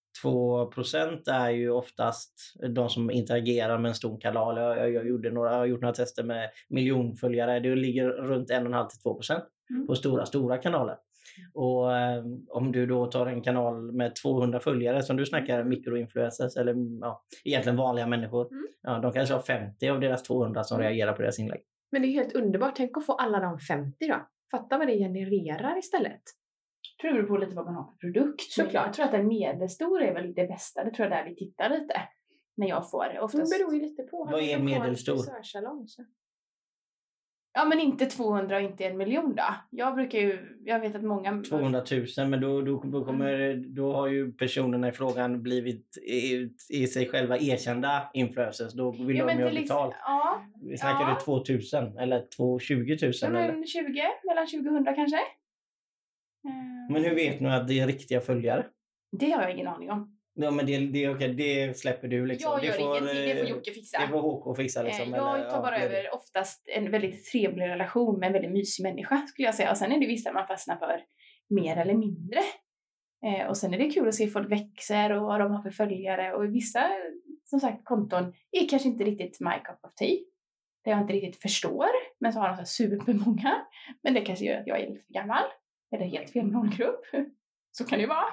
[SPEAKER 2] 2% är ju oftast de som interagerar med en stor kanal. Jag har gjort några tester med miljonföljare. Det ligger runt 1,5-2% på stora kanaler. Och om du då tar en kanal med 200 följare som du snackar mikroinfluencers eller egentligen vanliga människor. Ja, de kanske har 50 av deras 200 som reagerar på deras inlägg.
[SPEAKER 4] Men det är helt underbart. Tänk att få alla de 50 då. Fatta vad det genererar istället.
[SPEAKER 3] Jag tror det beror på lite vad man har för produkt. Såklart. Jag tror att en medelstor är väl det bästa. Det tror jag där vi tittar lite. När jag får oftast...
[SPEAKER 4] Det beror ju lite på.
[SPEAKER 2] Vad är medelstor?
[SPEAKER 3] Ja, men inte 200 och inte 1 miljon då. Jag vet att många...
[SPEAKER 2] 200 000, men då har ju personerna i frågan blivit i sig själva erkända influencers. Då vill de ju ha betalt.
[SPEAKER 3] Ja.
[SPEAKER 2] Vi snackar du 2000 eller 20 000?
[SPEAKER 3] Ja, men 20, mellan 2000 kanske.
[SPEAKER 2] Men hur vet ni att det är riktiga följare?
[SPEAKER 3] Det har jag ingen aning om.
[SPEAKER 2] Ja, men det släpper du liksom.
[SPEAKER 3] Jag gör ingenting, det får Jocke fixa.
[SPEAKER 2] Det får HK fixa liksom.
[SPEAKER 3] Jag tar bara över oftast en väldigt trevlig relation med en väldigt mysig människa skulle jag säga. Och sen är det vissa man fastnar för mer eller mindre. Och sen är det kul att se folk växer och vad de har för följare. Och vissa, som sagt, konton är kanske inte riktigt my cup of tea. Det jag inte riktigt förstår. Men så har de så supermånga. Men det kanske gör att jag är lite för gammal. Eller helt fel målgrupp. Så kan det ju vara.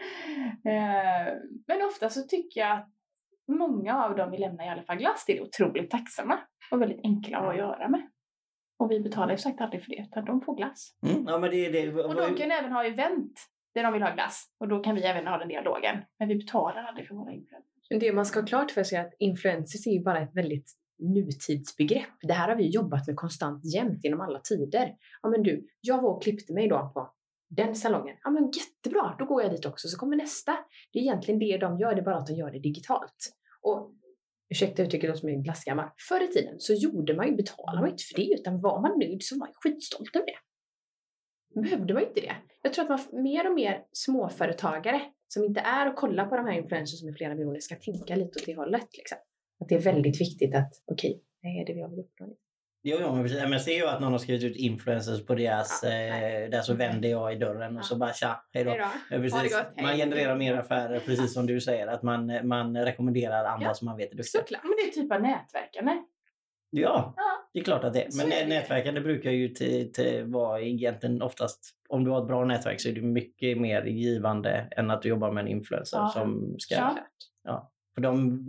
[SPEAKER 3] Men ofta så tycker jag att många av dem vi lämnar i alla fall glass till är otroligt tacksamma. Och väldigt enkla att göra med. Och vi betalar ju sagt aldrig för det. Utan de får glass.
[SPEAKER 2] Ja, men det.
[SPEAKER 3] Och de kan även ha event där de vill ha glass. Och då kan vi även ha den dialogen. Men vi betalar aldrig för våra influencers.
[SPEAKER 4] Det man ska ha klart för sig är att influencers är ju bara ett väldigt nutidsbegrepp. Det här har vi jobbat med konstant jämt genom alla tider. Ja men du, jag var och klippte mig då på den salongen. Ja men jättebra, då går jag dit också. Så kommer nästa. Det är egentligen det de gör, det är bara att de gör det digitalt. Och ursäkta uttrycket som är glassgammal. Förr i tiden så betalade man inte för det. Utan var man nöjd så var man skitstolt över det. Behövde man inte det. Jag tror att man mer och mer småföretagare som inte är och kollar på de här influencers som är flera miljoner ska tänka lite åt det hållet liksom. Att det är väldigt viktigt att okej, det är det vi har uppnått.
[SPEAKER 2] Jo, men precis. Men jag ser ju att någon har skrivit ut influencers på deras, där så vänder jag i dörren och så bara tja, hejdå. Ja, precis. Man genererar mer affärer, precis som du säger, att man rekommenderar andra som man vet är duktiga.
[SPEAKER 3] Såklart, men det är typ av nätverkande.
[SPEAKER 2] Ja, det är klart att det är. Men nätverkande brukar ju vara egentligen oftast, om du har ett bra nätverk så är det mycket mer givande än att du jobbar med en influencer som ska... Ja. För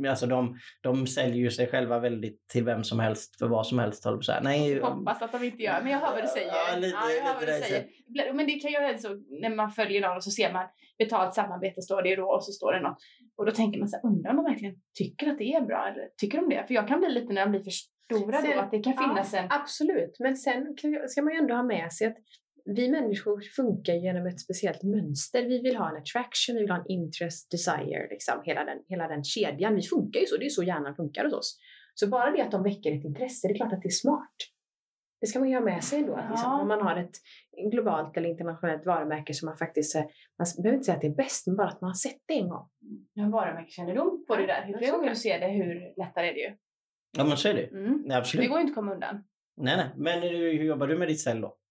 [SPEAKER 2] de säljer ju sig själva väldigt till vem som helst för vad som helst. Så här. Nej,
[SPEAKER 3] jag hoppas att de inte gör, men jag hör vad du säger. Jag hör vad du säger. Men det kan ju så när man följer någon och så ser man betalt samarbete står det då och så står det något. Och då tänker man så här, undrar om de verkligen tycker att det är bra eller tycker de det? För jag kan bli lite när de blir för stora då att det kan finnas en...
[SPEAKER 4] Absolut, men sen ska man ju ändå ha med sig att vi människor funkar genom ett speciellt mönster. Vi vill ha en attraction, vi vill ha en interest, desire, liksom, hela den kedjan. Vi funkar ju så, det är så hjärnan funkar hos oss. Så bara det att de väcker ett intresse, det är klart att det är smart. Det ska man ju ha med sig då. Liksom, om man har ett globalt eller internationellt varumärke som man faktiskt, man behöver inte säga att det är bäst, men bara att man har sett det en gång.
[SPEAKER 3] Jag har varumärkeskännedom på det där. Hur fler gånger du ser det, hur lättare är det ju.
[SPEAKER 2] Ja, men så är det. Nej, absolut.
[SPEAKER 3] Det går ju inte att komma undan.
[SPEAKER 2] Nej. Men hur jobbar du med ditt sälj då?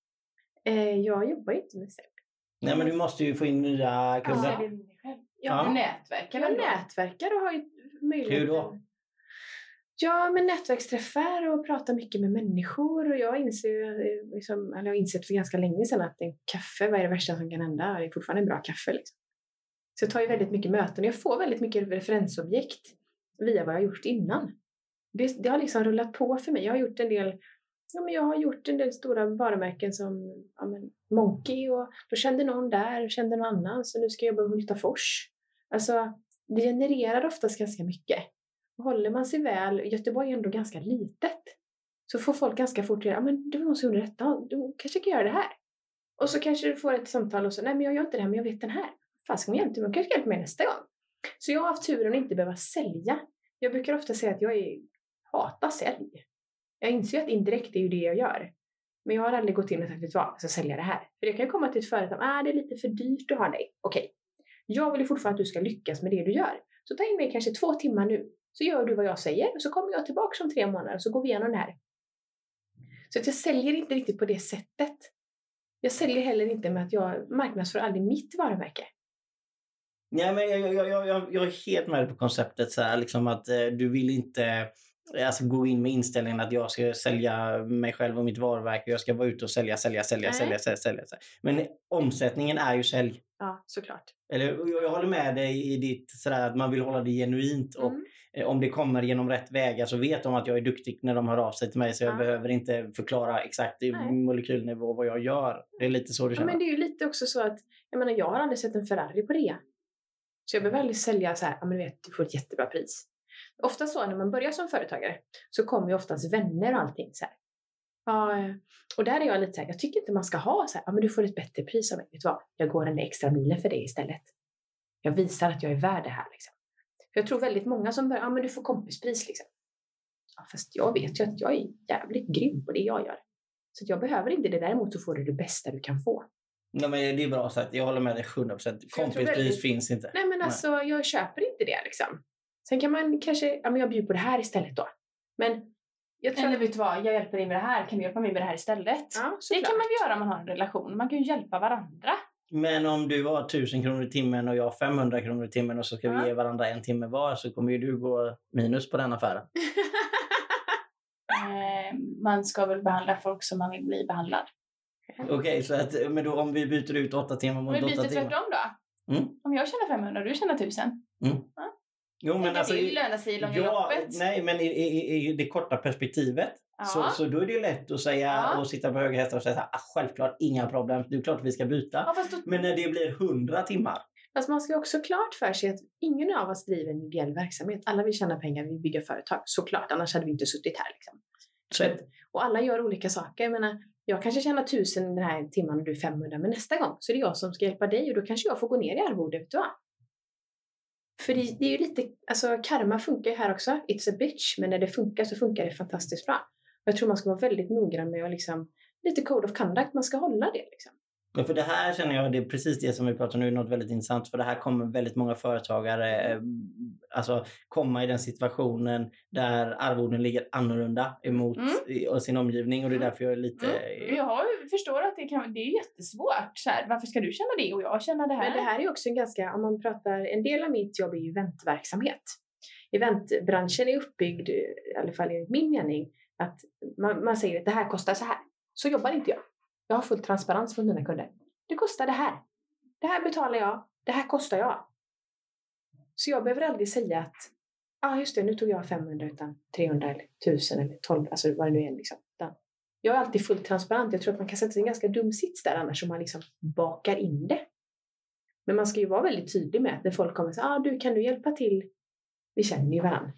[SPEAKER 4] Jag jobbar ju inte med sälj.
[SPEAKER 2] Nej, men du måste ju få in nya kunder.
[SPEAKER 3] Du nätverkar.
[SPEAKER 4] Jag nätverkar och har ju möjlighet.
[SPEAKER 2] Hur då?
[SPEAKER 4] Ja, men nätverksträffar och pratar mycket med människor. Och jag har insett för ganska länge sedan att en kaffe, vad är det värsta som kan hända? Det är fortfarande en bra kaffe. Liksom. Så jag tar ju väldigt mycket möten. Jag får väldigt mycket referensobjekt via vad jag har gjort innan. Det har liksom rullat på för mig. Jag har gjort en del stora varumärken som Monkey, och då kände någon där och kände någon annan, så nu ska jag jobba med Hultafors. Alltså, det genererar oftast ganska mycket. Och håller man sig väl, Göteborg är ändå ganska litet, så får folk ganska fort reda, men du måste göra detta, du kanske kan göra det här. Och så kanske du får ett samtal och så, nej men jag gör inte det här, men jag vet den här. Fan, ska man hjälpa mig? Man kanske hjälper mig nästa gång. Så jag har haft turen att inte behöva sälja. Jag brukar ofta säga att jag hatar sälj. Jag inser att indirekt är ju det jag gör. Men jag har aldrig gått in och sagt, jag ska sälja det här. För jag kan komma till ett företag, det är lite för dyrt att ha dig. Okej, jag vill ju fortfarande att du ska lyckas med det du gör. Så ta in mig kanske 2 timmar nu. Så gör du vad jag säger. Och så kommer jag tillbaka om 3 månader. Och så går vi igenom det här. Så att jag säljer inte riktigt på det sättet. Jag säljer heller inte med att jag marknadsför aldrig mitt varumärke.
[SPEAKER 2] Ja, men jag är helt med på konceptet så här, liksom att du vill inte gå in med inställningen att jag ska sälja mig själv och mitt varumärke. Jag ska vara ute och sälja. Men omsättningen är ju sälj.
[SPEAKER 4] Ja, såklart.
[SPEAKER 2] Eller jag håller med dig i ditt sådär att man vill hålla det genuint och om det kommer genom rätt vägar så vet de att jag är duktig när de hör av sig till mig, så jag behöver inte förklara exakt i molekylnivå vad jag gör. Det är lite så du känner.
[SPEAKER 4] Men det är ju lite också så att jag har aldrig sett en Ferrari på det. Så jag behöver aldrig sälja så här, du får ett jättebra pris. Ofta så när man börjar som företagare så kommer ju oftast vänner och allting så här. Och där är jag lite så här, jag tycker inte man ska ha så här, men du får ett bättre pris av mig. Vet du vad? Jag går den extra milen för dig istället. Jag visar att jag är värd det här liksom. För jag tror väldigt många som börjar, men du får kompispris liksom. Ja, fast jag vet ju att jag är jävligt grym på det jag gör. Så jag behöver inte det, däremot så får du det bästa du kan få.
[SPEAKER 2] Nej, men det är bra sagt. Jag håller med dig 100%. Kompispris finns inte.
[SPEAKER 4] Nej, men alltså jag köper inte det liksom. Sen kan man kanske, jag bjuder på det här istället då. Men jag tror...
[SPEAKER 3] Eller vet du vad, jag hjälper dig med det här. Kan du hjälpa mig med det här istället?
[SPEAKER 4] Ja,
[SPEAKER 3] det kan man göra om man har en relation. Man kan ju hjälpa varandra.
[SPEAKER 2] Men om du har 1000 kronor i timmen och jag har 500 kronor i timmen och så ska vi ge varandra 1 timme var, så kommer ju du gå minus på den affären.
[SPEAKER 3] Man ska väl behandla folk som man vill bli behandlad.
[SPEAKER 2] Okej, så att, men då om vi byter ut 8 timmar mot 8 timmar.
[SPEAKER 3] Vi byter tvärtom då. Om jag tjänar 500 och du tjänar 1000. Ja.
[SPEAKER 2] Jo, men alltså,
[SPEAKER 3] det lönar sig i långa loppet.
[SPEAKER 2] Nej, men i det korta perspektivet så då är det lätt att säga och sitta på höga hästar och säga så här, självklart, inga problem, det är klart vi ska byta. Men när det blir 100 timmar.
[SPEAKER 4] Fast man ska också klart för sig att ingen av oss driver en ideell verksamhet. Alla vill tjäna pengar, vi bygger företag. Såklart, annars hade vi inte suttit här liksom. Och alla gör olika saker. Jag menar, jag kanske tjänar 1000 den här timmen och du 500, men nästa gång så är det jag som ska hjälpa dig och då kanske jag får gå ner i arvode, vet du vad? För det är ju lite, alltså karma funkar ju här också, it's a bitch, men när det funkar så funkar det fantastiskt bra. Och jag tror man ska vara väldigt noggrann med att liksom, lite code of conduct, man ska hålla det liksom.
[SPEAKER 2] Ja, för det här känner jag, det är precis det som vi pratar nu, något väldigt intressant, för det här kommer väldigt många företagare komma i den situationen där arvoden ligger annorlunda emot sin omgivning, och det är därför jag är lite...
[SPEAKER 3] Jag förstår att det är jättesvårt. Så här, varför ska du känna det och jag känner det här?
[SPEAKER 4] Men det här är också en ganska, om man pratar, en del av mitt jobb är ju eventverksamhet. Eventbranschen är uppbyggd, i alla fall enligt min mening, att man säger att det här kostar så här. Så jobbar inte jag. Jag har full transparens med mina kunder. Det kostar det här. Det här betalar jag. Det här kostar jag. Så jag behöver aldrig säga att just det, nu tog jag 500 utan 300 eller 1000 eller 12, alltså vad det nu är liksom. Jag är alltid fullt transparent. Jag tror att man kan sätta sig i en ganska dum sits där annars om man liksom bakar in det. Men man ska ju vara väldigt tydlig med att när folk kommer och säger, kan du hjälpa till? Vi känner ju varandra.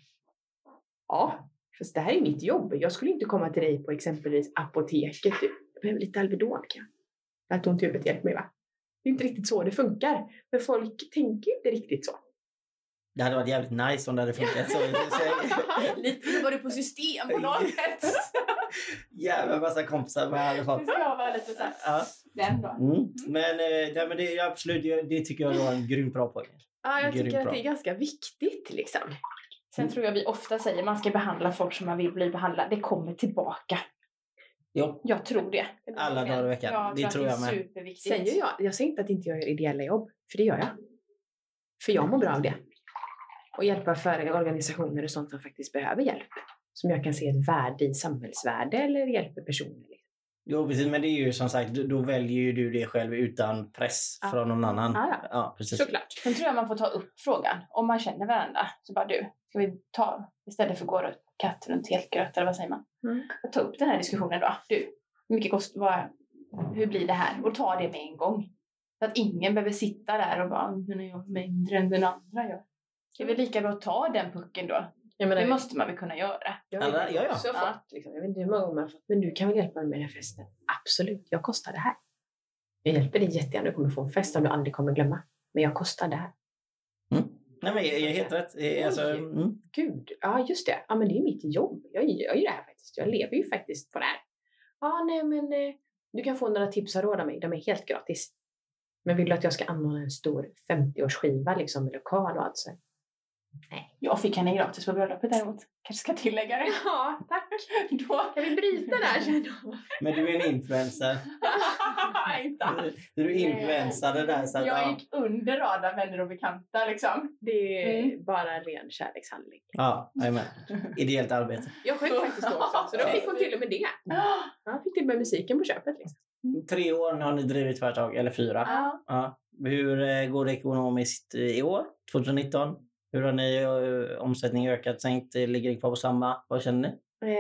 [SPEAKER 4] Ja, för det här är mitt jobb. Jag skulle inte komma till dig på exempelvis apoteket. Jag behöver lite Alvedon, kan jag? Att ont i huvudet, hjälp mig, va? Det är inte riktigt så det funkar. Men folk tänker inte riktigt så.
[SPEAKER 2] Det hade varit jävligt nice om det hade funkat så.
[SPEAKER 3] Lite var du på system på något sätt.
[SPEAKER 2] Jävla massa kompisar med i alla fall.
[SPEAKER 3] Det ska vara lite så här.
[SPEAKER 2] Ja.
[SPEAKER 3] Den då.
[SPEAKER 2] Men det är absolut, det tycker jag var en grymt bra poäng.
[SPEAKER 4] Ja, jag tycker att det är ganska viktigt liksom.
[SPEAKER 3] Sen tror jag vi ofta säger man ska behandla folk som man vill bli behandlad. Det kommer tillbaka.
[SPEAKER 2] Jo.
[SPEAKER 3] Jag tror det.
[SPEAKER 2] Alla dagar i veckan. Det tror jag med.
[SPEAKER 3] Superviktigt.
[SPEAKER 4] Säger jag säger inte att inte jag gör ideella jobb. För det gör jag. För jag mår bra av det. Och hjälpa för organisationer och sånt som faktiskt behöver hjälp. Som jag kan se ett värde i samhällsvärde eller hjälper personer.
[SPEAKER 2] Jo, precis. Men det är ju som sagt, då väljer ju du det själv utan press från någon annan.
[SPEAKER 4] Ja,
[SPEAKER 2] precis.
[SPEAKER 4] Såklart.
[SPEAKER 3] Sen tror jag man får ta upp frågan. Om man känner varandra. Så bara ska vi ta, istället för att gå katt runt helt gröt, eller vad säger man? Ta upp den här diskussionen då. Hur mycket hur blir det här? Och ta det med en gång. Så att ingen behöver sitta där och bara, den är jag mindre än den andra gör. Det är väl lika bra att ta den pucken då. Det måste man väl kunna göra.
[SPEAKER 2] Ja.
[SPEAKER 4] Så fått, liksom. Jag vet inte hur många man har fått. Men du kan väl hjälpa mig med den här festen? Absolut, jag kostar det här. Jag hjälper dig jättegärna. Du kommer få en fest som du aldrig kommer glömma. Men jag kostar det här.
[SPEAKER 2] Nej, men jag är helt rätt.
[SPEAKER 4] Gud, ja just det. Ja, men det är mitt jobb. Jag gör ju det här faktiskt. Jag lever ju faktiskt på det här. Du kan få några tips och råd av mig. De är helt gratis. Men vill du att jag ska anordna en stor 50-årsskiva liksom med lokal och allt så? Nej.
[SPEAKER 3] Jag fick henne gratis på bröllopet däremot. Kanske ska tillägga det.
[SPEAKER 4] Ja, tack.
[SPEAKER 3] Då
[SPEAKER 4] kan vi bryta där.
[SPEAKER 2] Men du är en influencer.
[SPEAKER 3] Inte alls.
[SPEAKER 2] Du influensade där. Så att,
[SPEAKER 3] jag gick under radar vänner och bekanta liksom.
[SPEAKER 4] Det är bara ren kärlekshandling.
[SPEAKER 2] Ja, amen. Ideellt arbete.
[SPEAKER 4] Jag sjöng faktiskt också. Så då fick hon till och med det. Jag fick till med musiken på köpet liksom.
[SPEAKER 2] 3 år har ni drivit företag, eller 4. Ja. Hur går det ekonomiskt i år, 2019? Hur har ni omsättning ökat, sänkt, ligger det kvar på samma? Vad känner ni?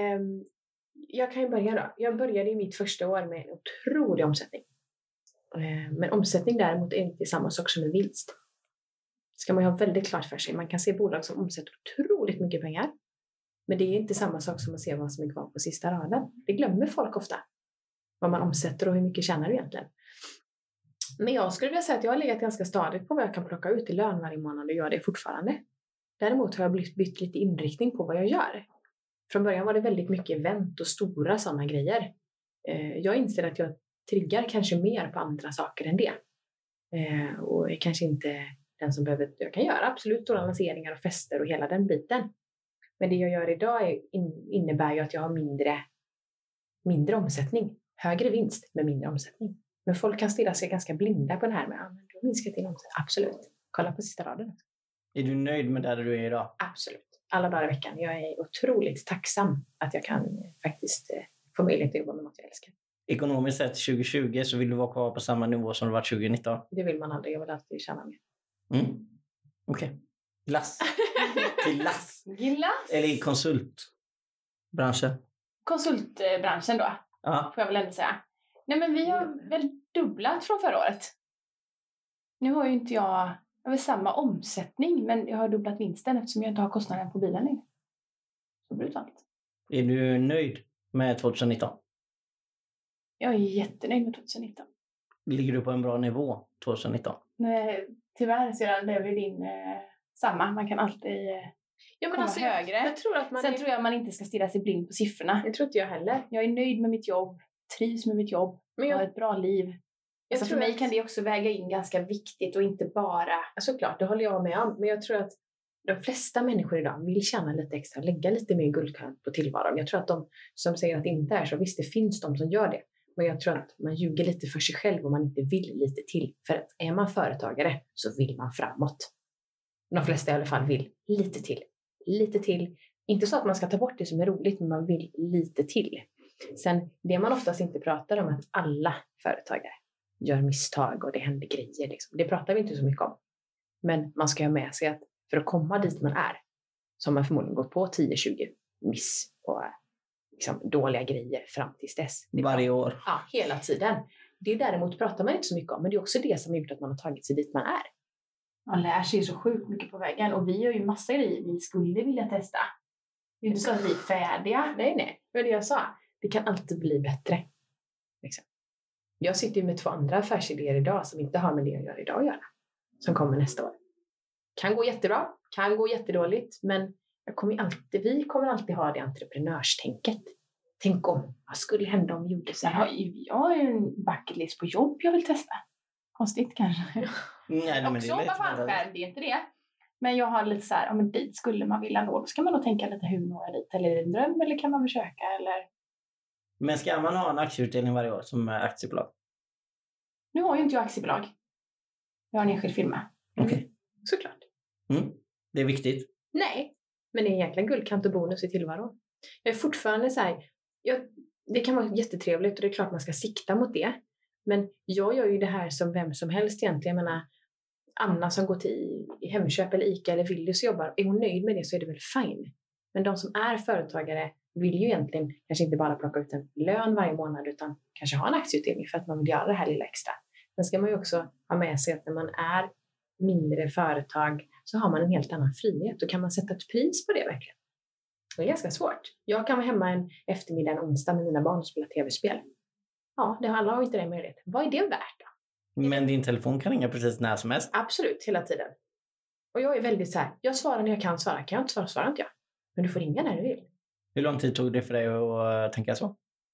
[SPEAKER 4] Jag kan ju börja då. Jag började i mitt första år med en otrolig omsättning. Men omsättning däremot är inte samma sak som en vinst. Ska man ju ha väldigt klart för sig. Man kan se bolag som omsätter otroligt mycket pengar. Men det är inte samma sak som att se vad som är kvar på sista raden. Det glömmer folk ofta. Vad man omsätter och hur mycket tjänar du egentligen. Men jag skulle vilja säga att jag har legat ganska stadigt på vad jag kan plocka ut i lön varje månad och gör det fortfarande. Däremot har jag bytt lite inriktning på vad jag gör. Från början var det väldigt mycket event och stora sådana grejer. Jag inser att jag triggar kanske mer på andra saker än det. Och är kanske inte den som behöver... Jag kan göra absolut stora lanseringar och fester och hela den biten. Men det jag gör idag innebär ju att jag har mindre omsättning. Högre vinst med mindre omsättning. Men folk kan stilla sig ganska blinda på det här med att du har minskat din omsättning. Absolut. Kolla på sista raden.
[SPEAKER 2] Är du nöjd med där du är idag?
[SPEAKER 4] Absolut. Alla dagar i veckan. Jag är otroligt tacksam att jag kan faktiskt få möjlighet att jobba med något jag älskar.
[SPEAKER 2] Ekonomiskt sett 2020 så vill du vara kvar på samma nivå som du var 2019?
[SPEAKER 4] Det vill man aldrig. Jag vill alltid tjäna mer.
[SPEAKER 2] Okej. Glass. Glass.
[SPEAKER 3] Glass.
[SPEAKER 2] Eller i konsultbranschen?
[SPEAKER 3] Konsultbranschen då.
[SPEAKER 2] Ja.
[SPEAKER 3] Får jag väl ändå säga. Nej, men vi har väl dubblat från förra året. Nu har ju inte jag har väl samma omsättning, men jag har dubblat vinsten eftersom jag inte har kostnaden på bilen längre. Så brutalt.
[SPEAKER 2] Är du nöjd med 2019?
[SPEAKER 3] Jag är jättenöjd med 2019.
[SPEAKER 2] Ligger du på en bra nivå 2019?
[SPEAKER 3] Nej, tyvärr så är det väl samma. Man kan alltid komma högre.
[SPEAKER 4] Jag tror att
[SPEAKER 3] Sen tror jag man inte ska stirra sig blind på siffrorna.
[SPEAKER 4] Det tror inte jag heller.
[SPEAKER 3] Jag är nöjd med mitt jobb. Trivs med mitt jobb. Jag har ett bra liv. Alltså för mig kan det också väga in ganska viktigt och inte bara...
[SPEAKER 4] Såklart, det håller jag med om. Men jag tror att de flesta människor idag vill tjäna lite extra. Lägga lite mer guldkant på tillvaron. Jag tror att de som säger att det inte är så, visst det finns de som gör det. Men jag tror att man ljuger lite för sig själv om man inte vill lite till. För att är man företagare så vill man framåt. De flesta i alla fall vill lite till. Lite till. Inte så att man ska ta bort det som är roligt, men man vill lite till. Sen, det man oftast inte pratar om är att alla företagare gör misstag och det händer grejer. Liksom. Det pratar vi inte så mycket om. Men man ska ha med sig att för att komma dit man är, så har man förmodligen gått på 10-20 miss på liksom, dåliga grejer fram tills dess.
[SPEAKER 2] Varje år.
[SPEAKER 4] Ja, hela tiden. Det däremot pratar man inte så mycket om, men det är också det som har gjort att man har tagit sig dit man är.
[SPEAKER 3] Man lär sig ju så sjukt mycket på vägen, och vi har ju massa grejer vi skulle vilja testa. Det är inte så att vi är färdiga.
[SPEAKER 4] Nej. Det var det jag sa. Det kan alltid bli bättre. Liksom. Jag sitter ju med 2 andra affärsidéer idag som inte har med det jag gör idag att göra. Som kommer nästa år. Kan gå jättebra, kan gå jättedåligt, men vi kommer alltid ha det entreprenörstänket. Tänk om, vad skulle hända om vi gjorde så här?
[SPEAKER 3] Jag har ju en bucketlist på jobb jag vill testa. Konstigt kanske.
[SPEAKER 2] Nej, men
[SPEAKER 3] också hoppa fallskärm, det är inte det. Men jag har lite så här, men dit skulle man vilja nå. Då ska man nog tänka lite, hur når jag dit? Eller är det en dröm, eller kan man försöka? Eller...
[SPEAKER 2] Men ska man ha en aktieutdelning varje år som aktiebolag?
[SPEAKER 3] Nu har ju inte jag aktiebolag. Jag har en enskild firma.
[SPEAKER 2] Okej.
[SPEAKER 4] Såklart.
[SPEAKER 2] Det är viktigt.
[SPEAKER 4] Nej, men det är egentligen guldkant och bonus i tillvaron. Jag är fortfarande så här, det kan vara jättetrevligt och det är klart man ska sikta mot det. Men jag gör ju det här som vem som helst egentligen. Jag menar, Anna som går till Hemköp eller Ica eller Willys jobbar, är hon nöjd med det så är det väl fine. Men de som är företagare vill ju egentligen kanske inte bara plocka ut en lön varje månad, utan kanske ha en aktieutdelning för att man vill göra det här lilla extra. Sen ska man ju också ha med sig att när man är mindre företag så har man en helt annan frihet. Då kan man sätta ett pris på det verkligen. Det är ganska svårt. Jag kan vara hemma en eftermiddag, en onsdag med mina barn och spela tv-spel. Ja, det alla har inte den möjligheten. Vad är det värt då?
[SPEAKER 2] Men din telefon kan ringa precis när som helst.
[SPEAKER 4] Absolut, hela tiden. Och jag är väldigt så här, jag svarar när jag kan svara. Kan jag inte svara, svarar inte jag. Men du får ringa när du vill.
[SPEAKER 2] Hur lång tid tog det för dig att tänka så?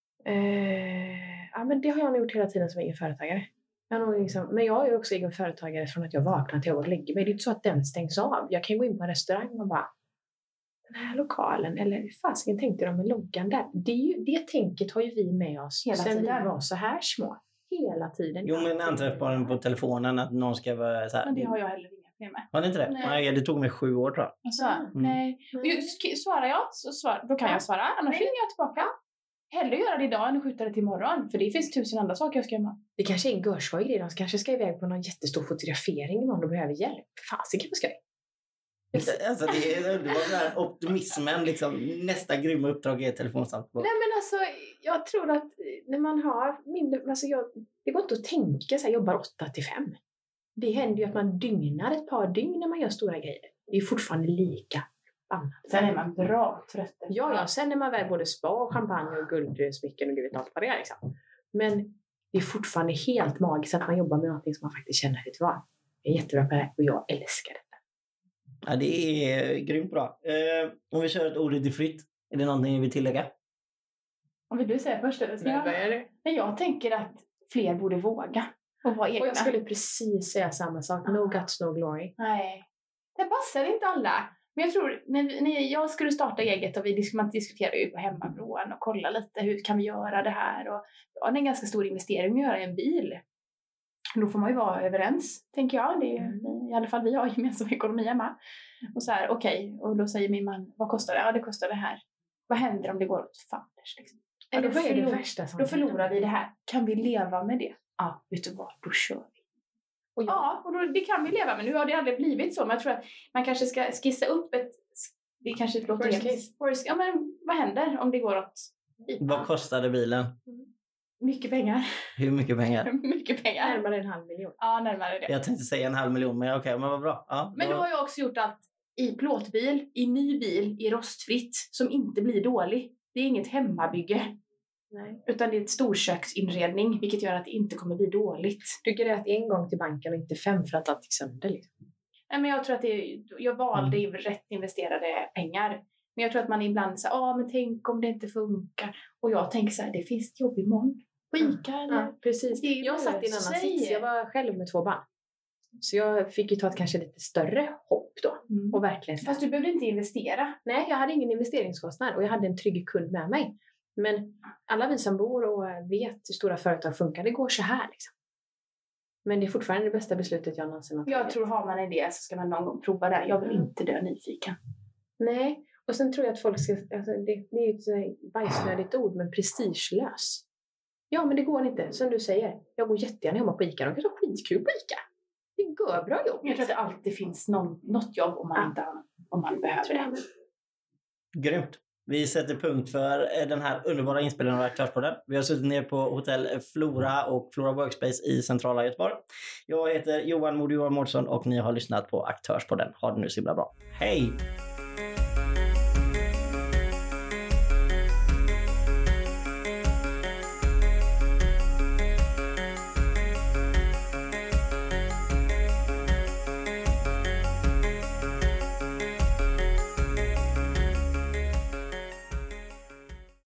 [SPEAKER 4] Ja, men det har jag nog gjort hela tiden som egen företagare. Men jag är ju också egen företagare från att jag vaknar till jag går och lägger mig. Det är inte så att den stängs av. Jag kan gå in på en restaurang och bara, den här lokalen, eller hur fasiken tänkte de med loggan där? Det tänket har ju vi med oss
[SPEAKER 3] hela
[SPEAKER 4] sen
[SPEAKER 3] tiden.
[SPEAKER 4] vi var så här små. Hela tiden.
[SPEAKER 2] Jo, men anträffbaren på telefonen att någon ska vara så här.
[SPEAKER 3] Men det har jag heller inga problem med.
[SPEAKER 2] Har ni inte det? Nej, det tog mig 7 år tror jag.
[SPEAKER 3] Alltså, nej. Svarar jag, då kan jag svara. Annars ringer jag tillbaka. Hellre göra det idag än att skjuta det till imorgon. För det finns 1000 andra saker jag ska göra.
[SPEAKER 4] Det kanske är en görskoj grej. De kanske ska iväg på någon jättestor fotografering imorgon och behöver hjälp. Fasiken vad skoj.
[SPEAKER 2] Alltså det var den här optimismen liksom. Nästa grymma uppdrag är telefonsamtal.
[SPEAKER 4] Nej men alltså, jag tror att när man har mindre, alltså det går inte att tänka så här, jobbar 8-5. Det händer ju att man dygnar ett par dygn när man gör stora grejer. Det är fortfarande lika annat.
[SPEAKER 3] Sen är man bra trött.
[SPEAKER 4] Ja, sen är man väl både spa och champagne och guldsmycken och gud vet allt vad det är liksom. Men det är fortfarande helt magiskt att man jobbar med någonting som man faktiskt känner att det var. Jag är jättebra på det och jag älskar det.
[SPEAKER 2] Ja, det är grymt bra. Om vi kör ett ordet fritt. Är det någonting ni vill tillägga?
[SPEAKER 3] Om vill du säga först eller ska jag? Men jag tänker att fler borde våga och vara egna.
[SPEAKER 4] Och jag skulle precis säga samma sak. No guts, no glory.
[SPEAKER 3] Nej, det passar inte alla. Men jag tror, när jag skulle starta eget och man diskuterade ju på hemmavrån och kolla lite hur kan vi göra det här. Och det är en ganska stor investering att göra en bil. Då får man ju vara överens, tänker jag. Det är, i alla fall vi har gemensam ekonomi hemma. Och så här, okej. Och då säger min man, vad kostar det? Ja, det kostar det här. Vad händer om det går åt fanders? Liksom?
[SPEAKER 4] Eller vad är det värsta som
[SPEAKER 3] då förlorar vi det här. Kan vi leva med det? Ja, vet du vad? Då kör vi. Ja, och då, det kan vi leva med. Nu har det aldrig blivit så. Men jag tror att man kanske ska skissa upp ett... Det kanske inte låter helt... Ja, men vad händer om det går åt...
[SPEAKER 2] Vad kostade bilen?
[SPEAKER 3] Mycket pengar.
[SPEAKER 2] Hur mycket pengar?
[SPEAKER 3] Mycket pengar.
[SPEAKER 4] Närmare 500 000. Ja,
[SPEAKER 3] närmare det.
[SPEAKER 2] Jag tänkte säga 500 000, men okej, men vad bra. Ja,
[SPEAKER 3] men då har jag också gjort allt i plåtbil, i ny bil, i rostfritt, som inte blir dålig. Det är inget hemmabygge. Nej. Utan det är ett storköksinredning, vilket gör att det inte kommer bli dåligt.
[SPEAKER 4] Tycker du att en gång till banken och inte 5 för att allt gick sönder? Liksom?
[SPEAKER 3] Nej, men jag tror att jag valde rätt investerade pengar. Men jag tror att man ibland säger, men tänk om det inte funkar. Och jag tänker så här, det finns ett jobb imorgon. På Ica eller?
[SPEAKER 4] Ja, precis. Jag satt i en annan sits. Jag var själv med 2 barn. Så jag fick ju ta ett kanske lite större hopp då. Och verkligen
[SPEAKER 3] fast du behövde inte investera.
[SPEAKER 4] Nej, jag hade ingen investeringskostnad. Och jag hade en trygg kund med mig. Men alla vi som bor och vet hur stora företag funkar, det går så här liksom. Men det är fortfarande det bästa beslutet jag någonsin har tagit.
[SPEAKER 3] Jag tror har man en idé så ska man någon gång prova det. Jag vill inte dö nyfiken.
[SPEAKER 4] Nej, och sen tror jag att folk ska, alltså det är ju ett bajsnödigt ord, men prestigelös. Ja, men det går inte. Som du säger, jag går jättegärna hemma på Ica. De kan ha skitkul på Ica.
[SPEAKER 3] det går bra jobb. Jag tror att det alltid finns något jobb om man behöver det.
[SPEAKER 2] Grymt. Vi sätter punkt för den här underbara inspelningen av Aktörspodden. Vi har suttit ner på hotell Flora och Flora Workspace i centrala Göteborg. Jag heter Johan Modo Johan Mårtsson och ni har lyssnat på Aktörspodden. Ha det nu så himla bra. Hej!